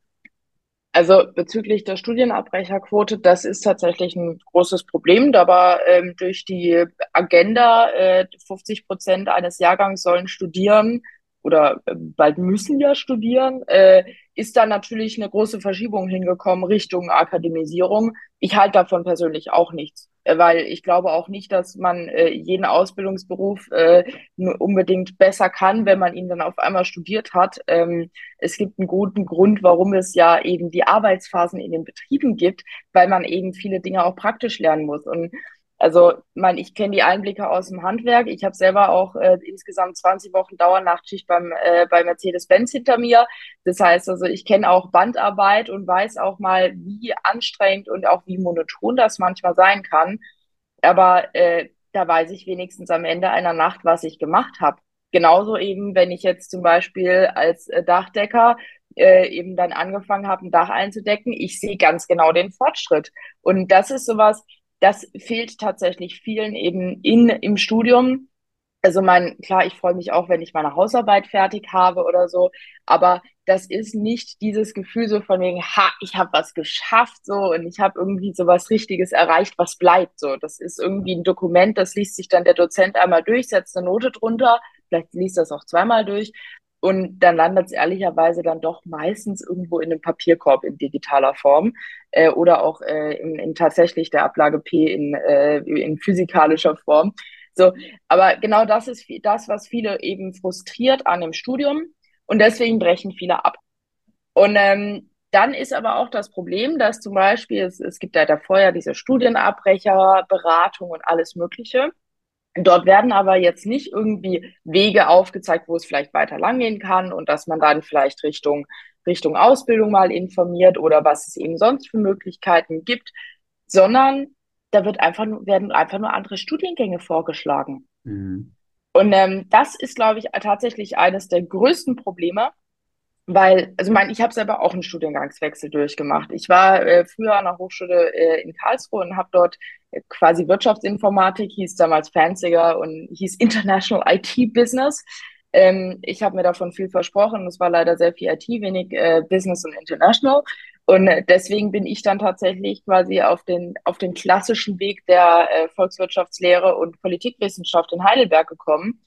Also bezüglich der Studienabbrecherquote, das ist tatsächlich ein großes Problem. Da war ähm, durch die Agenda, äh, fünfzig Prozent eines Jahrgangs sollen studieren oder äh, bald müssen ja studieren, äh, ist da natürlich eine große Verschiebung hingekommen Richtung Akademisierung. Ich halte davon persönlich auch nichts, äh, weil ich glaube auch nicht, dass man äh, jeden Ausbildungsberuf äh, nur unbedingt besser kann, wenn man ihn dann auf einmal studiert hat. Ähm, es gibt einen guten Grund, warum es ja eben die Arbeitsphasen in den Betrieben gibt, weil man eben viele Dinge auch praktisch lernen muss. Und also, man, ich kenne die Einblicke aus dem Handwerk. Ich habe selber auch äh, insgesamt zwanzig Wochen Dauernachtschicht beim äh, bei Mercedes-Benz hinter mir. Das heißt also, ich kenne auch Bandarbeit und weiß auch mal, wie anstrengend und auch wie monoton das manchmal sein kann. Aber äh, da weiß ich wenigstens am Ende einer Nacht, was ich gemacht habe. Genauso eben, wenn ich jetzt zum Beispiel als äh, Dachdecker äh, eben dann angefangen habe, ein Dach einzudecken, ich sehe ganz genau den Fortschritt. Und das ist sowas, das fehlt tatsächlich vielen eben in, im Studium. Also mein, klar, ich freue mich auch, wenn ich meine Hausarbeit fertig habe oder so, aber das ist nicht dieses Gefühl so von wegen, ha, ich habe was geschafft so und ich habe irgendwie so was Richtiges erreicht, was bleibt so. Das ist irgendwie ein Dokument, das liest sich dann der Dozent einmal durch, setzt eine Note drunter, vielleicht liest das auch zweimal durch und dann landet es ehrlicherweise dann doch meistens irgendwo in einem Papierkorb in digitaler Form äh, oder auch äh, in, in tatsächlich der Ablage P in, äh, in physikalischer Form. So, aber genau das ist das, was viele eben frustriert an dem Studium und deswegen brechen viele ab. Und ähm, dann ist aber auch das Problem, dass zum Beispiel, es, es gibt ja davor ja diese Studienabbrecher, Beratung und alles Mögliche. Dort werden aber jetzt nicht irgendwie Wege aufgezeigt, wo es vielleicht weiter langgehen kann und dass man dann vielleicht Richtung, Richtung Ausbildung mal informiert oder was es eben sonst für Möglichkeiten gibt, sondern da wird einfach nur, werden einfach nur andere Studiengänge vorgeschlagen. Mhm. Und ähm, das ist, glaube ich, tatsächlich eines der größten Probleme, weil, also mein, ich habe selber auch einen Studiengangswechsel durchgemacht. Ich war äh, früher an der Hochschule äh, in Karlsruhe und habe dort äh, quasi Wirtschaftsinformatik, hieß damals fancier und hieß International I T Business. Ähm, ich habe mir davon viel versprochen. Es war leider sehr viel I T, wenig äh, Business und International. Und äh, deswegen bin ich dann tatsächlich quasi auf den, auf den klassischen Weg der äh, Volkswirtschaftslehre und Politikwissenschaft in Heidelberg gekommen.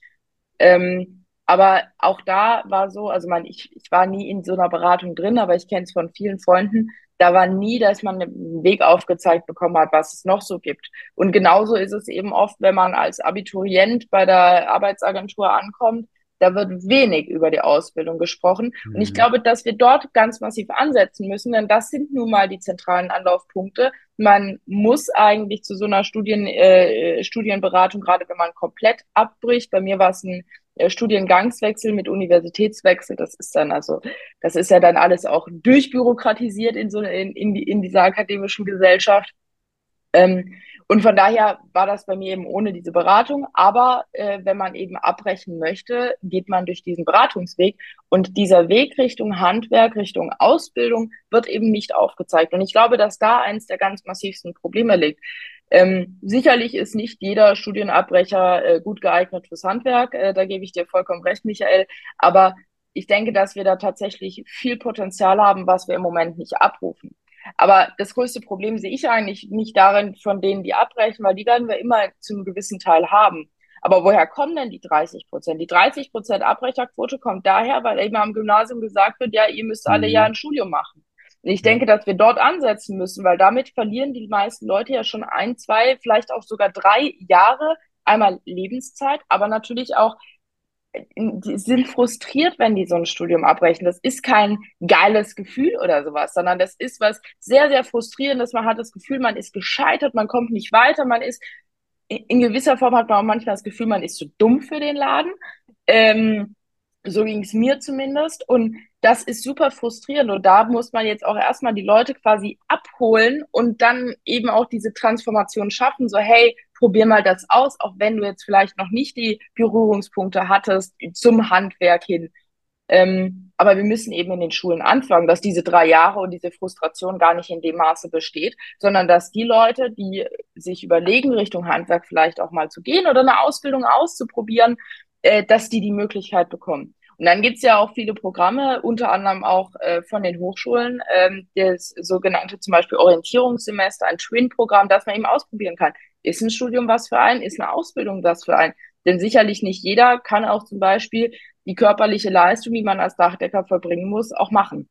Ähm, aber auch da war so, also man, ich, ich war nie in so einer Beratung drin, aber ich kenne es von vielen Freunden. Da war nie, dass man einen Weg aufgezeigt bekommen hat, was es noch so gibt. Und genauso ist es eben oft, wenn man als Abiturient bei der Arbeitsagentur ankommt. Da wird wenig über die Ausbildung gesprochen. Mhm. Und ich glaube, dass wir dort ganz massiv ansetzen müssen, denn das sind nun mal die zentralen Anlaufpunkte. Man muss eigentlich zu so einer Studien, äh, Studienberatung, gerade wenn man komplett abbricht, bei mir war es ein äh, Studiengangswechsel mit Universitätswechsel, das ist dann also, das ist ja dann alles auch durchbürokratisiert in so in, in, die, in dieser akademischen Gesellschaft. Ähm, und von daher war das bei mir eben ohne diese Beratung. Aber äh, wenn man eben abbrechen möchte, geht man durch diesen Beratungsweg. Und dieser Weg Richtung Handwerk, Richtung Ausbildung wird eben nicht aufgezeigt. Und ich glaube, dass da eins der ganz massivsten Probleme liegt. Ähm, sicherlich ist nicht jeder Studienabbrecher äh, gut geeignet fürs Handwerk. Äh, da gebe ich dir vollkommen recht, Michael. Aber ich denke, dass wir da tatsächlich viel Potenzial haben, was wir im Moment nicht abrufen. Aber das größte Problem sehe ich eigentlich nicht darin, von denen, die abbrechen, weil die werden wir immer zu einem gewissen Teil haben. Aber woher kommen denn die dreißig Prozent? Die dreißig Prozent Abbrecherquote kommt daher, weil eben am Gymnasium gesagt wird, ja, ihr müsst alle ja ein Studium machen. Und ich denke, dass wir dort ansetzen müssen, weil damit verlieren die meisten Leute ja schon ein, zwei, vielleicht auch sogar drei Jahre, einmal Lebenszeit, aber natürlich auch die sind frustriert, wenn die so ein Studium abbrechen. Das ist kein geiles Gefühl oder sowas, sondern das ist was sehr, sehr frustrierendes. Man hat das Gefühl, man ist gescheitert, man kommt nicht weiter, man ist, in gewisser Form hat man auch manchmal das Gefühl, man ist zu dumm für den Laden. Ähm, so ging es mir zumindest. Und das ist super frustrierend. Und da muss man jetzt auch erstmal die Leute quasi abholen und dann eben auch diese Transformation schaffen. So, hey, probier mal das aus, auch wenn du jetzt vielleicht noch nicht die Berührungspunkte hattest zum Handwerk hin. Ähm, aber wir müssen eben in den Schulen anfangen, dass diese drei Jahre und diese Frustration gar nicht in dem Maße besteht, sondern dass die Leute, die sich überlegen, Richtung Handwerk vielleicht auch mal zu gehen oder eine Ausbildung auszuprobieren, äh, dass die die Möglichkeit bekommen. Und dann gibt's ja auch viele Programme, unter anderem auch äh, von den Hochschulen, ähm, das sogenannte zum Beispiel Orientierungssemester, ein Twin-Programm, das man eben ausprobieren kann. Ist ein Studium was für einen? Ist eine Ausbildung was für einen? Denn sicherlich nicht jeder kann auch zum Beispiel die körperliche Leistung, die man als Dachdecker verbringen muss, auch machen.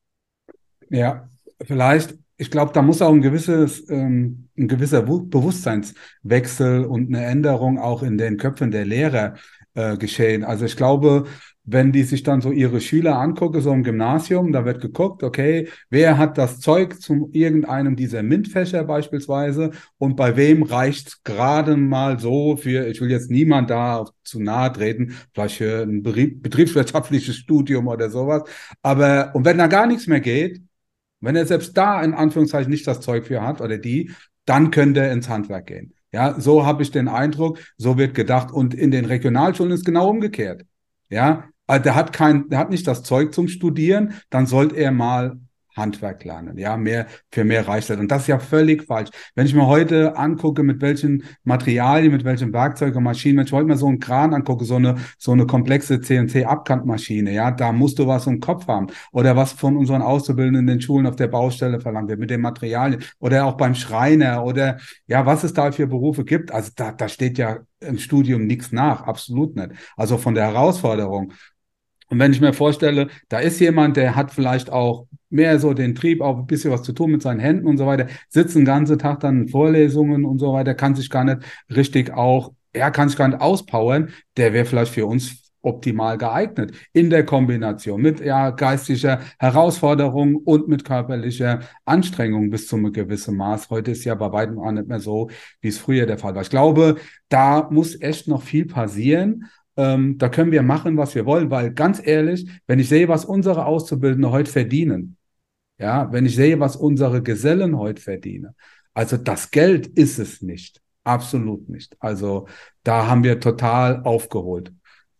Ja, vielleicht, ich glaube, da muss auch ein gewisses, ähm, ein gewisser Wu- Bewusstseinswechsel und eine Änderung auch in den Köpfen der Lehrer äh, geschehen. Also ich glaube, wenn die sich dann so ihre Schüler angucken, so im Gymnasium, da wird geguckt, okay, wer hat das Zeug zu irgendeinem dieser MINT-Fächer beispielsweise und bei wem reicht gerade mal so für, ich will jetzt niemand da zu nahe treten, vielleicht für ein Betrieb, betriebswirtschaftliches Studium oder sowas, aber und wenn da gar nichts mehr geht, wenn er selbst da in Anführungszeichen nicht das Zeug für hat oder die, dann könnte er ins Handwerk gehen. Ja, so habe ich den Eindruck, so wird gedacht. Und in den Regionalschulen ist genau umgekehrt. Ja, also der hat kein, der hat nicht das Zeug zum Studieren, dann sollte er mal Handwerk lernen. Ja, mehr, für mehr reicht das. Und das ist ja völlig falsch. Wenn ich mir heute angucke, mit welchen Materialien, mit welchen Werkzeugen, Maschinen, wenn ich heute mal so einen Kran angucke, so eine, so eine komplexe C N C-Abkantmaschine, ja, da musst du was im Kopf haben. Oder was von unseren Auszubildenden in den Schulen auf der Baustelle verlangt wird, mit den Materialien. Oder auch beim Schreiner oder, ja, was es da für Berufe gibt. Also da, da steht ja im Studium nichts nach. Absolut nicht. Also von der Herausforderung. Und wenn ich mir vorstelle, da ist jemand, der hat vielleicht auch mehr so den Trieb, auch ein bisschen was zu tun mit seinen Händen und so weiter, sitzt den ganzen Tag dann in Vorlesungen und so weiter, kann sich gar nicht richtig auch, er kann sich gar nicht auspowern, der wäre vielleicht für uns optimal geeignet in der Kombination mit ja, geistiger Herausforderung und mit körperlicher Anstrengung bis zu einem gewissen Maß. Heute ist ja bei weitem auch nicht mehr so, wie es früher der Fall war. Ich glaube, da muss echt noch viel passieren. Ähm, da können wir machen, was wir wollen, weil ganz ehrlich, wenn ich sehe, was unsere Auszubildenden heute verdienen, ja, wenn ich sehe, was unsere Gesellen heute verdienen, also das Geld ist es nicht, absolut nicht. Also da haben wir total aufgeholt.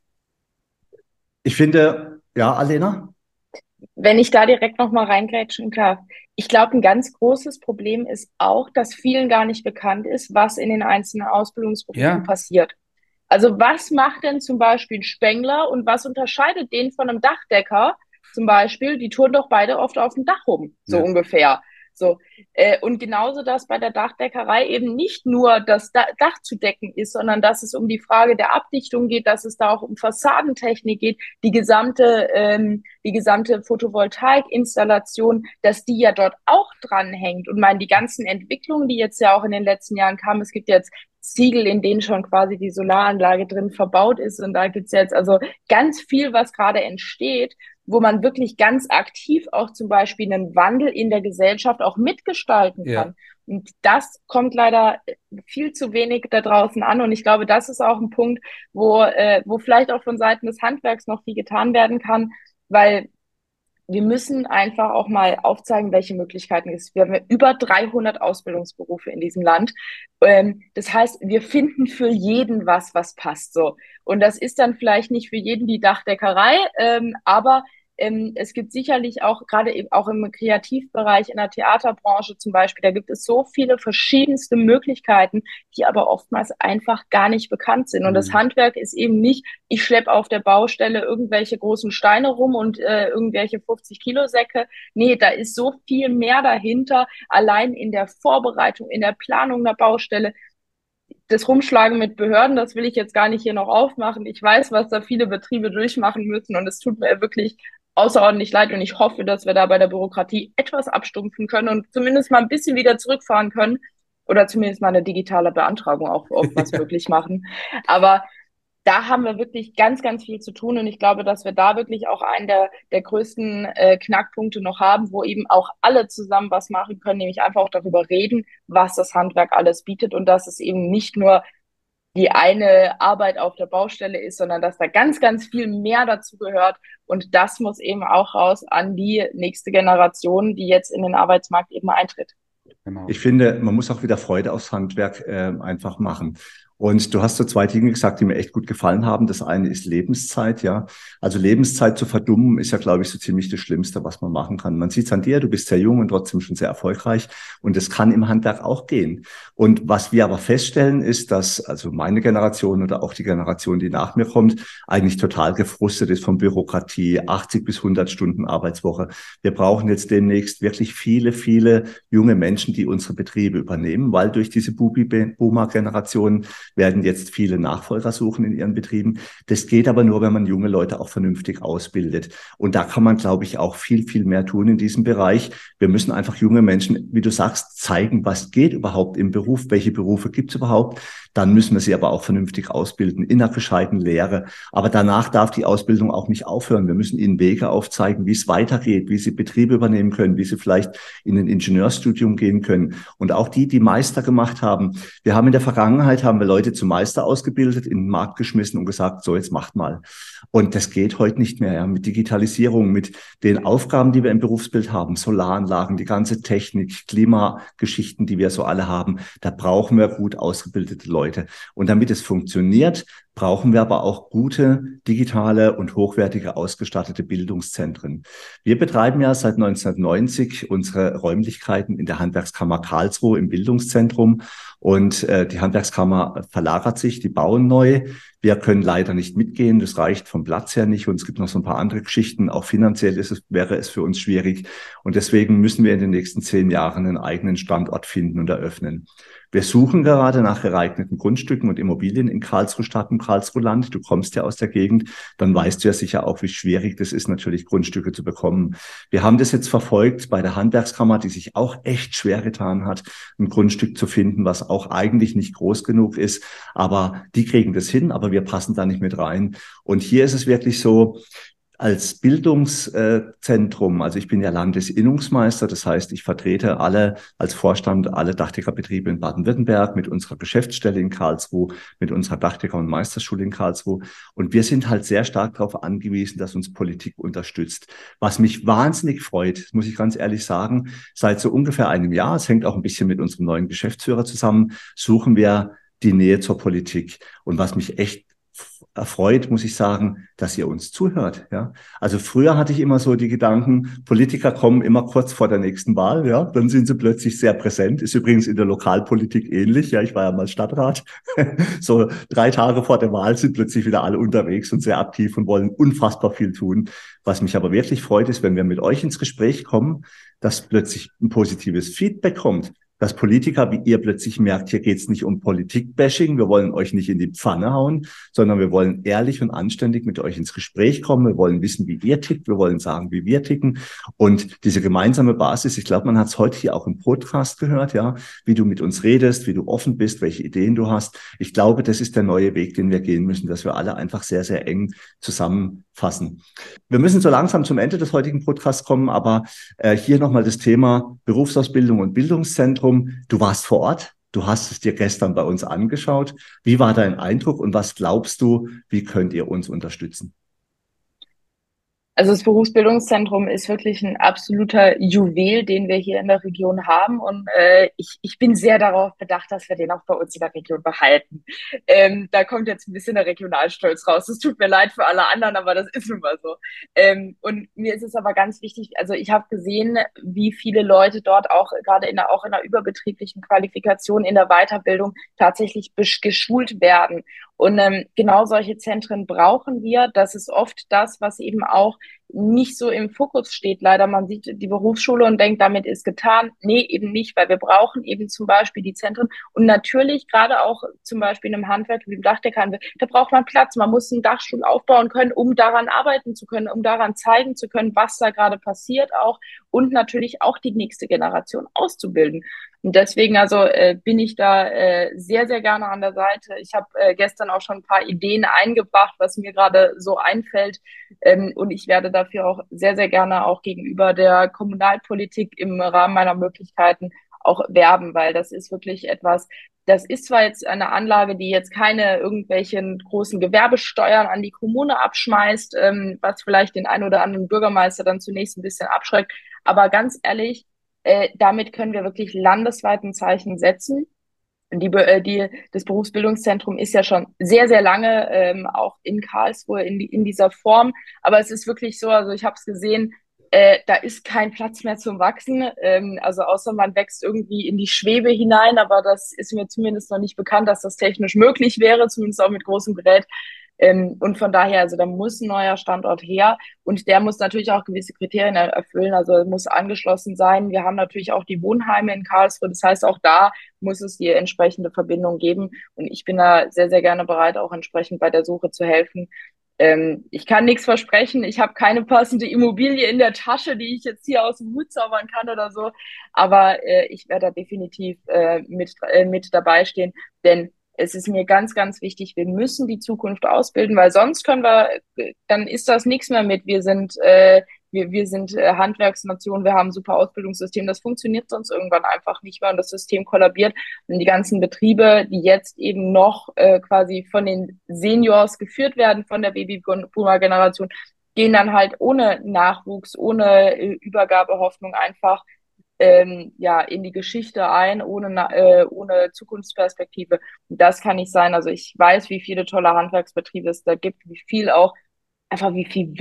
Ich finde, ja, Alena? Wenn ich da direkt nochmal reingrätschen darf. Ich glaube, ein ganz großes Problem ist auch, dass vielen gar nicht bekannt ist, was in den einzelnen Ausbildungsberufen Ja. passiert. Also was macht denn zum Beispiel ein Spengler und was unterscheidet den von einem Dachdecker? Zum Beispiel, die touren doch beide oft auf dem Dach rum, so Ja. ungefähr. So, äh, und genauso, dass bei der Dachdeckerei eben nicht nur das da Dach zu decken ist, sondern dass es um die Frage der Abdichtung geht, dass es da auch um Fassadentechnik geht, die gesamte, ähm, die gesamte Photovoltaikinstallation, dass die ja dort auch dranhängt. Und meine, die ganzen Entwicklungen, die jetzt ja auch in den letzten Jahren kamen, es gibt jetzt Ziegel, in denen schon quasi die Solaranlage drin verbaut ist. Und da gibt's jetzt also ganz viel, was gerade entsteht, wo man wirklich ganz aktiv auch zum Beispiel einen Wandel in der Gesellschaft auch mitgestalten kann. Ja. Und das kommt leider viel zu wenig da draußen an. Und ich glaube, das ist auch ein Punkt, wo, äh, wo vielleicht auch von Seiten des Handwerks noch viel getan werden kann, weil wir müssen einfach auch mal aufzeigen, welche Möglichkeiten es gibt. Wir haben über dreihundert Ausbildungsberufe in diesem Land. Ähm, das heißt, wir finden für jeden was, was passt so. Und das ist dann vielleicht nicht für jeden die Dachdeckerei, ähm, aber ähm, es gibt sicherlich auch, gerade eben auch im Kreativbereich, in der Theaterbranche zum Beispiel, da gibt es so viele verschiedenste Möglichkeiten, die aber oftmals einfach gar nicht bekannt sind. Und mhm. das Handwerk ist eben nicht, ich schleppe auf der Baustelle irgendwelche großen Steine rum und äh, irgendwelche fünfzig Kilo Säcke. Nee, da ist so viel mehr dahinter, allein in der Vorbereitung, in der Planung der Baustelle. Das Rumschlagen mit Behörden, das will ich jetzt gar nicht hier noch aufmachen. Ich weiß, was da viele Betriebe durchmachen müssen und es tut mir wirklich außerordentlich leid und ich hoffe, dass wir da bei der Bürokratie etwas abstumpfen können und zumindest mal ein bisschen wieder zurückfahren können oder zumindest mal eine digitale Beantragung auch oftmals möglich machen. Aber da haben wir wirklich ganz, ganz viel zu tun und ich glaube, dass wir da wirklich auch einen der, der größten äh, Knackpunkte noch haben, wo eben auch alle zusammen was machen können, nämlich einfach auch darüber reden, was das Handwerk alles bietet und dass es eben nicht nur die eine Arbeit auf der Baustelle ist, sondern dass da ganz, ganz viel mehr dazu gehört und das muss eben auch raus an die nächste Generation, die jetzt in den Arbeitsmarkt eben eintritt. Genau. Ich finde, man muss auch wieder Freude aufs Handwerk äh, einfach machen. Und du hast so zwei Dinge gesagt, die mir echt gut gefallen haben. Das eine ist Lebenszeit, ja. Also Lebenszeit zu verdummen ist ja, glaube ich, so ziemlich das Schlimmste, was man machen kann. Man sieht es an dir, du bist sehr jung und trotzdem schon sehr erfolgreich. Und das kann im Handwerk auch gehen. Und was wir aber feststellen, ist, dass also meine Generation oder auch die Generation, die nach mir kommt, eigentlich total gefrustet ist von Bürokratie, achtzig bis hundert Stunden Arbeitswoche. Wir brauchen jetzt demnächst wirklich viele, viele junge Menschen, die unsere Betriebe übernehmen, weil durch diese Baby-Boomer-Generation werden jetzt viele Nachfolger suchen in ihren Betrieben. Das geht aber nur, wenn man junge Leute auch vernünftig ausbildet. Und da kann man, glaube ich, auch viel, viel mehr tun in diesem Bereich. Wir müssen einfach junge Menschen, wie du sagst, zeigen, was geht überhaupt im Beruf, welche Berufe gibt es überhaupt. Dann müssen wir sie aber auch vernünftig ausbilden, in einer gescheiten Lehre. Aber danach darf die Ausbildung auch nicht aufhören. Wir müssen ihnen Wege aufzeigen, wie es weitergeht, wie sie Betriebe übernehmen können, wie sie vielleicht in ein Ingenieursstudium gehen können. Und auch die, die Meister gemacht haben. Wir haben in der Vergangenheit, haben wir Leute zum Meister ausgebildet, in den Markt geschmissen und gesagt, so jetzt macht mal. Und das geht heute nicht mehr, ja, mit Digitalisierung, mit den Aufgaben, die wir im Berufsbild haben, Solaranlagen, die ganze Technik, Klimageschichten, die wir so alle haben. Da brauchen wir gut ausgebildete Leute. Und damit es funktioniert, brauchen wir aber auch gute, digitale und hochwertige ausgestattete Bildungszentren. Wir betreiben ja seit neunzehnhundertneunzig unsere Räumlichkeiten in der Handwerkskammer Karlsruhe im Bildungszentrum und äh, die Handwerkskammer verlagert sich, die bauen neu. Wir können leider nicht mitgehen, das reicht vom Platz her nicht und es gibt noch so ein paar andere Geschichten. Auch finanziell ist es, wäre es für uns schwierig und deswegen müssen wir in den nächsten zehn Jahren einen eigenen Standort finden und eröffnen. Wir suchen gerade nach geeigneten Grundstücken und Immobilien in Karlsruhe-Stadt und Karlsruhe-Land. Du kommst ja aus der Gegend, dann weißt du ja sicher auch, wie schwierig das ist, natürlich Grundstücke zu bekommen. Wir haben das jetzt verfolgt bei der Handwerkskammer, die sich auch echt schwer getan hat, ein Grundstück zu finden, was auch eigentlich nicht groß genug ist. Aber die kriegen das hin, aber wir passen da nicht mit rein. Und hier ist es wirklich so, als Bildungszentrum, also ich bin ja Landesinnungsmeister, das heißt, ich vertrete alle als Vorstand alle Dachdeckerbetriebe in Baden-Württemberg mit unserer Geschäftsstelle in Karlsruhe, mit unserer Dachdecker- und Meisterschule in Karlsruhe. Und wir sind halt sehr stark darauf angewiesen, dass uns Politik unterstützt. Was mich wahnsinnig freut, muss ich ganz ehrlich sagen, seit so ungefähr einem Jahr, es hängt auch ein bisschen mit unserem neuen Geschäftsführer zusammen, suchen wir die Nähe zur Politik. Und was mich echt erfreut, muss ich sagen, dass ihr uns zuhört. Ja, also früher hatte ich immer so die Gedanken, Politiker kommen immer kurz vor der nächsten Wahl. Ja, dann sind sie plötzlich sehr präsent. Ist übrigens in der Lokalpolitik ähnlich. Ja, ich war ja mal Stadtrat. So drei Tage vor der Wahl sind plötzlich wieder alle unterwegs und sehr aktiv und wollen unfassbar viel tun. Was mich aber wirklich freut, ist, wenn wir mit euch ins Gespräch kommen, dass plötzlich ein positives Feedback kommt. Dass Politiker wie ihr plötzlich merkt, hier geht's nicht um Politik-Bashing, wir wollen euch nicht in die Pfanne hauen, sondern wir wollen ehrlich und anständig mit euch ins Gespräch kommen, wir wollen wissen, wie ihr tickt, wir wollen sagen, wie wir ticken. Und diese gemeinsame Basis, ich glaube, man hat es heute hier auch im Podcast gehört, ja, wie du mit uns redest, wie du offen bist, welche Ideen du hast. Ich glaube, das ist der neue Weg, den wir gehen müssen, dass wir alle einfach sehr, sehr eng zusammenfassen. Wir müssen so langsam zum Ende des heutigen Podcasts kommen, aber äh, hier nochmal das Thema Berufsausbildung und Bildungszentrum. Du warst vor Ort, du hast es dir gestern bei uns angeschaut. Wie war dein Eindruck und was glaubst du, wie könnt ihr uns unterstützen? Also das Berufsbildungszentrum ist wirklich ein absoluter Juwel, den wir hier in der Region haben. Und äh, ich, ich bin sehr darauf bedacht, dass wir den auch bei uns in der Region behalten. Ähm, da kommt jetzt ein bisschen der Regionalstolz raus. Es tut mir leid für alle anderen, aber das ist nun mal so. Ähm, und mir ist es aber ganz wichtig, also ich habe gesehen, wie viele Leute dort auch gerade in der, auch in der überbetrieblichen Qualifikation, in der Weiterbildung tatsächlich geschult werden. Und ähm, genau solche Zentren brauchen wir. Das ist oft das, was eben auch nicht so im Fokus steht. Leider, man sieht die Berufsschule und denkt, damit ist getan. Nee, eben nicht, weil wir brauchen eben zum Beispiel die Zentren. Und natürlich gerade auch zum Beispiel in einem Handwerk wie im Dachdeckerhandwerk, da braucht man Platz. Man muss einen Dachstuhl aufbauen können, um daran arbeiten zu können, um daran zeigen zu können, was da gerade passiert auch und natürlich auch die nächste Generation auszubilden. Und deswegen also äh, bin ich da äh, sehr, sehr gerne an der Seite. Ich habe äh, gestern auch schon ein paar Ideen eingebracht, was mir gerade so einfällt. Ähm, und ich werde dafür auch sehr, sehr gerne auch gegenüber der Kommunalpolitik im Rahmen meiner Möglichkeiten auch werben, weil das ist wirklich etwas, das ist zwar jetzt eine Anlage, die jetzt keine irgendwelchen großen Gewerbesteuern an die Kommune abschmeißt, ähm, was vielleicht den einen oder anderen Bürgermeister dann zunächst ein bisschen abschreckt, aber ganz ehrlich, äh, damit können wir wirklich landesweit ein Zeichen setzen. Die, äh, die, das Berufsbildungszentrum ist ja schon sehr, sehr lange ähm, auch in Karlsruhe in, die, in dieser Form, aber es ist wirklich so, also ich habe es gesehen, äh, da ist kein Platz mehr zum Wachsen, ähm, also außer man wächst irgendwie in die Schwebe hinein, aber das ist mir zumindest noch nicht bekannt, dass das technisch möglich wäre, zumindest auch mit großem Gerät. Ähm, und von daher, also da muss ein neuer Standort her und der muss natürlich auch gewisse Kriterien erfüllen, also muss angeschlossen sein. Wir haben natürlich auch die Wohnheime in Karlsruhe, das heißt auch da muss es die entsprechende Verbindung geben und ich bin da sehr, sehr gerne bereit, auch entsprechend bei der Suche zu helfen. Ähm, ich kann nichts versprechen, ich habe keine passende Immobilie in der Tasche, die ich jetzt hier aus dem Hut zaubern kann oder so, aber äh, ich werde da definitiv äh, mit, äh, mit dabei stehen, denn es ist mir ganz, ganz wichtig, wir müssen die Zukunft ausbilden, weil sonst können wir, dann ist das nichts mehr mit, wir sind, äh, wir, wir sind äh, Handwerksnation, wir haben ein super Ausbildungssystem, das funktioniert sonst irgendwann einfach nicht mehr und das System kollabiert und die ganzen Betriebe, die jetzt eben noch äh, quasi von den Seniors geführt werden, von der Babyboomer-Generation, gehen dann halt ohne Nachwuchs, ohne äh, Übergabehoffnung einfach Ähm, ja, in die Geschichte ein, ohne, äh, ohne Zukunftsperspektive. Und das kann nicht sein. Also ich weiß, wie viele tolle Handwerksbetriebe es da gibt, wie viel auch, einfach wie viel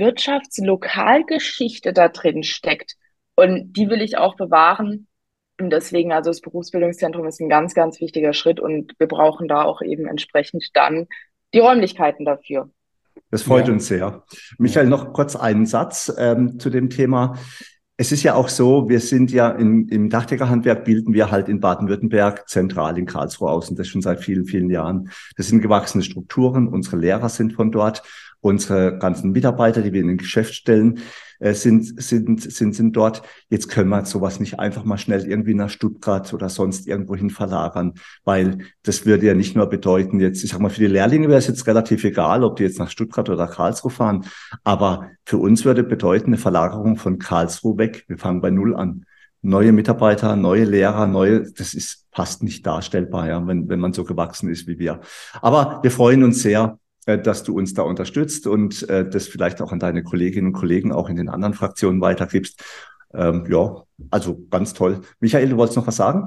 Wirtschaftslokalgeschichte da drin steckt. Und die will ich auch bewahren. Und deswegen, also das Berufsbildungszentrum ist ein ganz, ganz wichtiger Schritt und wir brauchen da auch eben entsprechend dann die Räumlichkeiten dafür. Das freut Ja. uns sehr. Michael, noch kurz einen Satz ähm, zu dem Thema. Es ist ja auch so, wir sind ja in, im Dachdeckerhandwerk bilden wir halt in Baden-Württemberg zentral in Karlsruhe aus und das schon seit vielen, vielen Jahren. Das sind gewachsene Strukturen. Unsere Lehrer sind von dort. Unsere ganzen Mitarbeiter, die wir in den Geschäftsstellen äh, sind, sind, sind, sind dort. Jetzt können wir sowas nicht einfach mal schnell irgendwie nach Stuttgart oder sonst irgendwohin verlagern, weil das würde ja nicht nur bedeuten, jetzt, ich sag mal, für die Lehrlinge wäre es jetzt relativ egal, ob die jetzt nach Stuttgart oder Karlsruhe fahren, aber für uns würde bedeuten eine Verlagerung von Karlsruhe weg. Wir fangen bei Null an. Neue Mitarbeiter, neue Lehrer, neue, das ist fast nicht darstellbar, ja, wenn, wenn man so gewachsen ist wie wir. Aber wir freuen uns sehr, dass du uns da unterstützt und äh, das vielleicht auch an deine Kolleginnen und Kollegen auch in den anderen Fraktionen weitergibst. Ähm, ja, also ganz toll. Michael, du wolltest noch was sagen?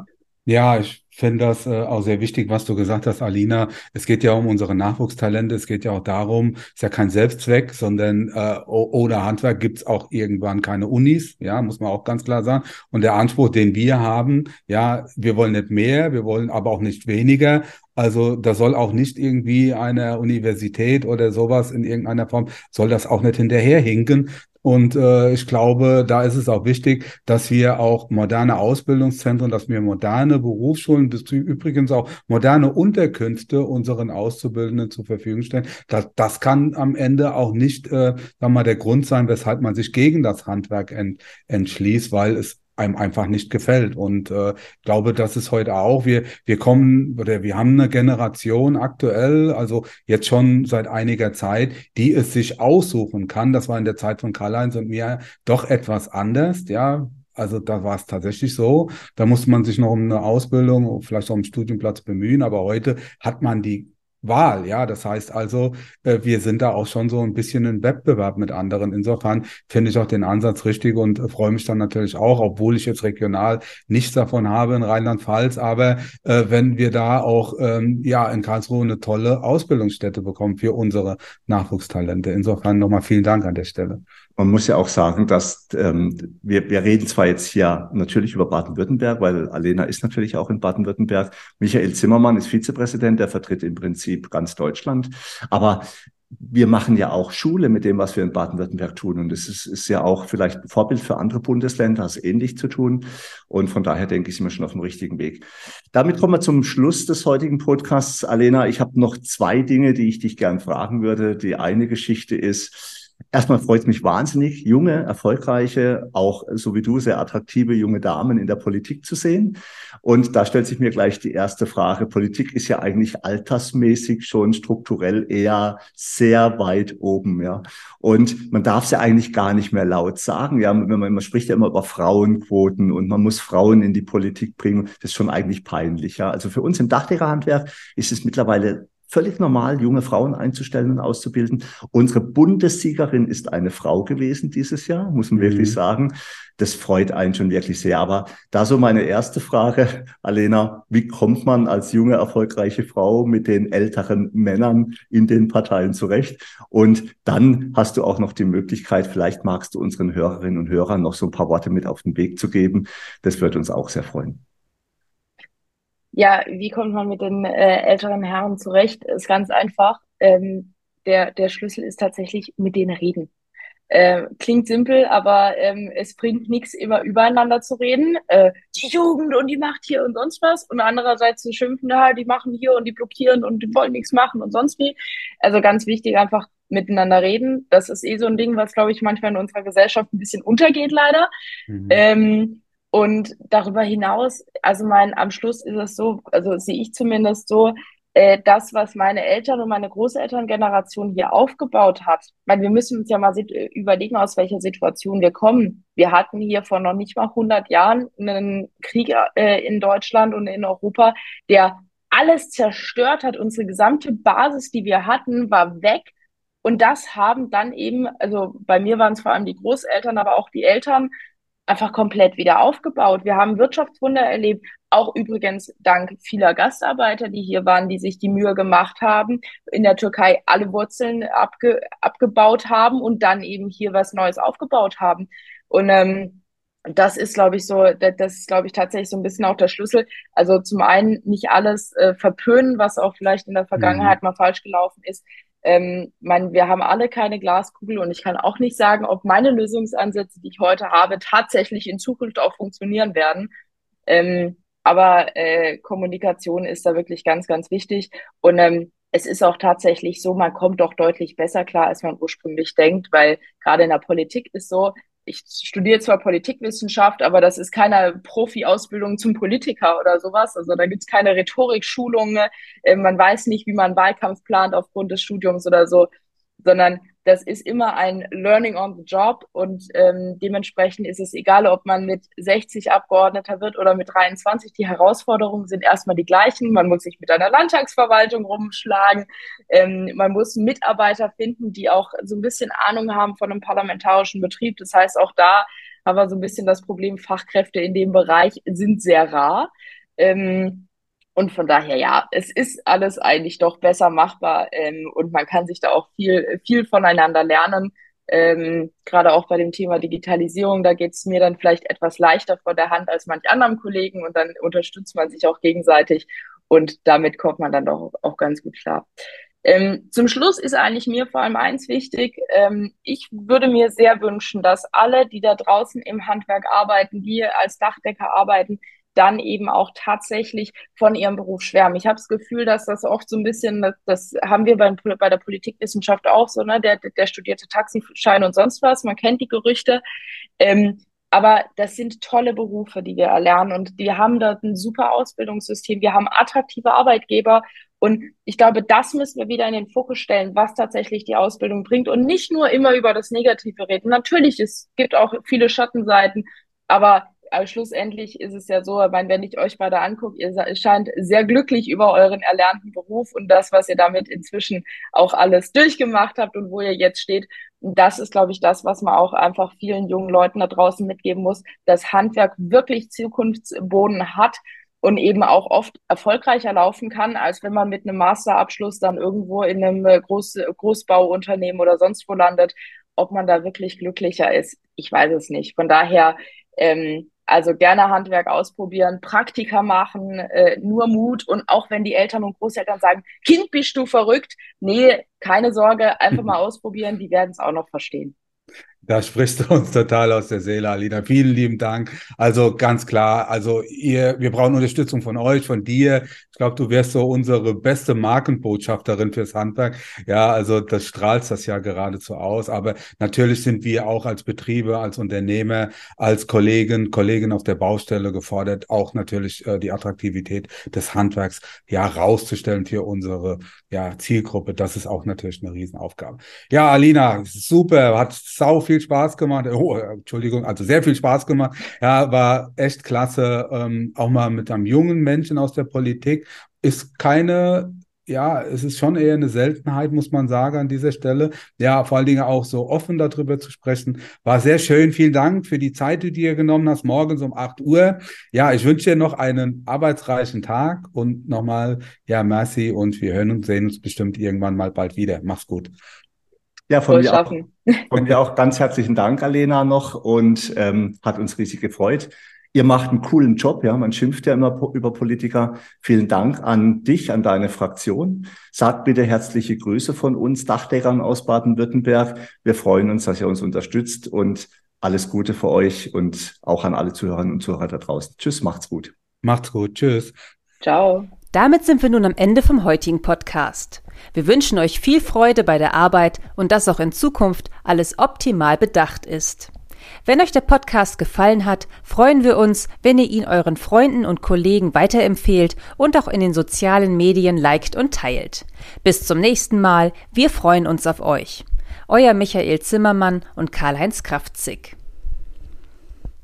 Ja, ich finde das äh, auch sehr wichtig, was du gesagt hast, Alina. Es geht ja um unsere Nachwuchstalente. Es geht ja auch darum, ist ja kein Selbstzweck, sondern äh, o- ohne Handwerk gibt's auch irgendwann keine Unis. Ja, muss man auch ganz klar sagen. Und der Anspruch, den wir haben, ja, wir wollen nicht mehr, wir wollen aber auch nicht weniger. Also da soll auch nicht irgendwie eine Universität oder sowas in irgendeiner Form, soll das auch nicht hinterherhinken. Und äh, ich glaube, da ist es auch wichtig, dass wir auch moderne Ausbildungszentren, dass wir moderne Berufsschulen, bis zu- übrigens auch moderne Unterkünfte unseren Auszubildenden zur Verfügung stellen. Das, das kann am Ende auch nicht, äh, sagen wir mal, der Grund sein, weshalb man sich gegen das Handwerk ent, entschließt, weil es einem einfach nicht gefällt. Und äh, ich glaube, das ist heute auch. Wir, wir kommen oder wir haben eine Generation aktuell, also jetzt schon seit einiger Zeit, die es sich aussuchen kann. Das war in der Zeit von Karl-Heinz und mir doch etwas anders, ja. Also da war es tatsächlich so. Da musste man sich noch um eine Ausbildung, vielleicht auch um einen Studienplatz bemühen, aber heute hat man die Wahl, ja. Das heißt also, äh, wir sind da auch schon so ein bisschen in Wettbewerb mit anderen. Insofern finde ich auch den Ansatz richtig und äh, freue mich dann natürlich auch, obwohl ich jetzt regional nichts davon habe in Rheinland-Pfalz, aber äh, wenn wir da auch ähm, ja in Karlsruhe eine tolle Ausbildungsstätte bekommen für unsere Nachwuchstalente. Insofern nochmal vielen Dank an der Stelle. Man muss ja auch sagen, dass ähm, wir, wir reden zwar jetzt hier natürlich über Baden-Württemberg, weil Alena ist natürlich auch in Baden-Württemberg. Michael Zimmermann ist Vizepräsident, der vertritt im Prinzip ganz Deutschland. Aber wir machen ja auch Schule mit dem, was wir in Baden-Württemberg tun. Und es ist, ist ja auch vielleicht ein Vorbild für andere Bundesländer, das ähnlich zu tun. Und von daher denke ich, sind wir schon auf dem richtigen Weg. Damit kommen wir zum Schluss des heutigen Podcasts. Alena, ich habe noch zwei Dinge, die ich dich gern fragen würde. Die eine Geschichte ist, erstmal freut es mich wahnsinnig, junge, erfolgreiche, auch so wie du, sehr attraktive junge Damen in der Politik zu sehen. Und da stellt sich mir gleich die erste Frage. Politik ist ja eigentlich altersmäßig schon strukturell eher sehr weit oben, ja. Und man darf es ja eigentlich gar nicht mehr laut sagen. Ja, man, man spricht ja immer über Frauenquoten und man muss Frauen in die Politik bringen. Das ist schon eigentlich peinlich, ja. Also für uns im Dachdeckerhandwerk ist es mittlerweile völlig normal, junge Frauen einzustellen und auszubilden. Unsere Bundessiegerin ist eine Frau gewesen dieses Jahr, muss man wirklich Mhm. sagen. Das freut einen schon wirklich sehr. Aber da so meine erste Frage, Alena, wie kommt man als junge, erfolgreiche Frau mit den älteren Männern in den Parteien zurecht? Und dann hast du auch noch die Möglichkeit, vielleicht magst du unseren Hörerinnen und Hörern noch so ein paar Worte mit auf den Weg zu geben. Das wird uns auch sehr freuen. Ja, wie kommt man mit den äh, älteren Herren zurecht? Ist ganz einfach. Ähm, der, der Schlüssel ist tatsächlich mit denen reden. Äh, klingt simpel, aber ähm, es bringt nichts, immer übereinander zu reden. Äh, die Jugend und die macht hier und sonst was. Und andererseits zu schimpfen, ja, die machen hier und die blockieren und die wollen nichts machen und sonst wie. Also ganz wichtig, einfach miteinander reden. Das ist eh so ein Ding, was, glaube ich, manchmal in unserer Gesellschaft ein bisschen untergeht, leider. Mhm. Ähm, und darüber hinaus, also mein, am Schluss ist es so, also sehe ich zumindest so, äh, das, was meine Eltern und meine Großelterngeneration hier aufgebaut hat, weil wir müssen uns ja mal sit- überlegen, aus welcher Situation wir kommen. Wir hatten hier vor noch nicht mal hundert Jahren einen Krieg äh, in Deutschland und in Europa, der alles zerstört hat. Unsere gesamte Basis, die wir hatten, war weg. Und das haben dann eben, also bei mir waren es vor allem die Großeltern, aber auch die Eltern, einfach komplett wieder aufgebaut. Wir haben Wirtschaftswunder erlebt, auch übrigens dank vieler Gastarbeiter, die hier waren, die sich die Mühe gemacht haben, in der Türkei alle Wurzeln abge abgebaut haben und dann eben hier was Neues aufgebaut haben. Und ähm, das ist, glaube ich, so, das ist, glaube ich, tatsächlich so ein bisschen auch der Schlüssel. Also zum einen nicht alles äh, verpönen, was auch vielleicht in der Mhm. Vergangenheit mal falsch gelaufen ist. Ähm, mein, wir haben alle keine Glaskugel und ich kann auch nicht sagen, ob meine Lösungsansätze, die ich heute habe, tatsächlich in Zukunft auch funktionieren werden. Ähm, aber äh, Kommunikation ist da wirklich ganz, ganz wichtig. Und ähm, es ist auch tatsächlich so, man kommt doch deutlich besser klar, als man ursprünglich denkt, weil gerade in der Politik ist so, ich studiere zwar Politikwissenschaft, aber das ist keine Profi-Ausbildung zum Politiker oder sowas. Also da gibt's keine Rhetorikschulungen. Äh, man weiß nicht, wie man einen Wahlkampf plant aufgrund des Studiums oder so, sondern das ist immer ein Learning on the Job und ähm, dementsprechend ist es egal, ob man mit sechzig Abgeordneter wird oder mit dreiundzwanzig. Die Herausforderungen sind erstmal die gleichen. Man muss sich mit einer Landtagsverwaltung rumschlagen. Ähm, man muss Mitarbeiter finden, die auch so ein bisschen Ahnung haben von einem parlamentarischen Betrieb. Das heißt, auch da haben wir so ein bisschen das Problem, Fachkräfte in dem Bereich sind sehr rar. Ähm, und von daher, ja, es ist alles eigentlich doch besser machbar, ähm, und man kann sich da auch viel, viel voneinander lernen. Ähm, gerade auch bei dem Thema Digitalisierung, da geht es mir dann vielleicht etwas leichter vor der Hand als manch anderem Kollegen und dann unterstützt man sich auch gegenseitig und damit kommt man dann doch auch ganz gut klar. Ähm, zum Schluss ist eigentlich mir vor allem eins wichtig. Ähm, ich würde mir sehr wünschen, dass alle, die da draußen im Handwerk arbeiten, die als Dachdecker arbeiten, dann eben auch tatsächlich von ihrem Beruf schwärmen. Ich habe das Gefühl, dass das oft so ein bisschen, das, das haben wir bei, bei der Politikwissenschaft auch so, ne, der, der studierte Taxischein und sonst was, man kennt die Gerüchte. Ähm, aber das sind tolle Berufe, die wir erlernen und die haben dort ein super Ausbildungssystem. Wir haben attraktive Arbeitgeber und ich glaube, das müssen wir wieder in den Fokus stellen, was tatsächlich die Ausbildung bringt und nicht nur immer über das Negative reden. Natürlich, es gibt auch viele Schattenseiten, aber aber schlussendlich ist es ja so, ich meine, wenn ich euch beide angucke, ihr scheint sehr glücklich über euren erlernten Beruf und das, was ihr damit inzwischen auch alles durchgemacht habt und wo ihr jetzt steht. Und das ist, glaube ich, das, was man auch einfach vielen jungen Leuten da draußen mitgeben muss, dass Handwerk wirklich Zukunftsboden hat und eben auch oft erfolgreicher laufen kann, als wenn man mit einem Masterabschluss dann irgendwo in einem Groß Großbauunternehmen oder sonst wo landet. Ob man da wirklich glücklicher ist, ich weiß es nicht. Von daher, ähm, also gerne Handwerk ausprobieren, Praktika machen, äh, nur Mut. Und auch wenn die Eltern und Großeltern sagen, Kind, bist du verrückt? Nee, keine Sorge, einfach mal ausprobieren, die werden es auch noch verstehen. Da sprichst du uns total aus der Seele, Alina. Vielen lieben Dank. Also ganz klar, also ihr, wir brauchen Unterstützung von euch, von dir. Ich glaube, du wärst so unsere beste Markenbotschafterin fürs Handwerk. Ja, also das strahlst das ja geradezu aus. Aber natürlich sind wir auch als Betriebe, als Unternehmer, als Kollegen, Kollegen auf der Baustelle gefordert, auch natürlich äh, die Attraktivität des Handwerks ja rauszustellen für unsere ja Zielgruppe. Das ist auch natürlich eine Riesenaufgabe. Ja, Alina, super, hat sau viel Spaß gemacht. Oh, Entschuldigung, also sehr viel Spaß gemacht. Ja, war echt klasse. Ähm, auch mal mit einem jungen Menschen aus der Politik. Ist keine, ja, es ist schon eher eine Seltenheit, muss man sagen, an dieser Stelle. Ja, vor allen Dingen auch so offen darüber zu sprechen. War sehr schön. Vielen Dank für die Zeit, die du dir genommen hast, morgens um acht Uhr. Ja, ich wünsche dir noch einen arbeitsreichen Tag und nochmal, ja, merci und wir hören und sehen uns bestimmt irgendwann mal bald wieder. Mach's gut. Ja, von mir, auch, von mir auch ganz herzlichen Dank, Alena, noch und ähm, hat uns riesig gefreut. Ihr macht einen coolen Job, ja, man schimpft ja immer po- über Politiker. Vielen Dank an dich, an deine Fraktion. Sagt bitte herzliche Grüße von uns, Dachdeckern aus Baden-Württemberg. Wir freuen uns, dass ihr uns unterstützt und alles Gute für euch und auch an alle Zuhörerinnen und Zuhörer da draußen. Tschüss, macht's gut. Macht's gut, tschüss. Ciao. Damit sind wir nun am Ende vom heutigen Podcast. Wir wünschen euch viel Freude bei der Arbeit und dass auch in Zukunft alles optimal bedacht ist. Wenn euch der Podcast gefallen hat, freuen wir uns, wenn ihr ihn euren Freunden und Kollegen weiterempfehlt und auch in den sozialen Medien liked und teilt. Bis zum nächsten Mal, wir freuen uns auf euch. Euer Michael Zimmermann und Karl-Heinz Kraftzig.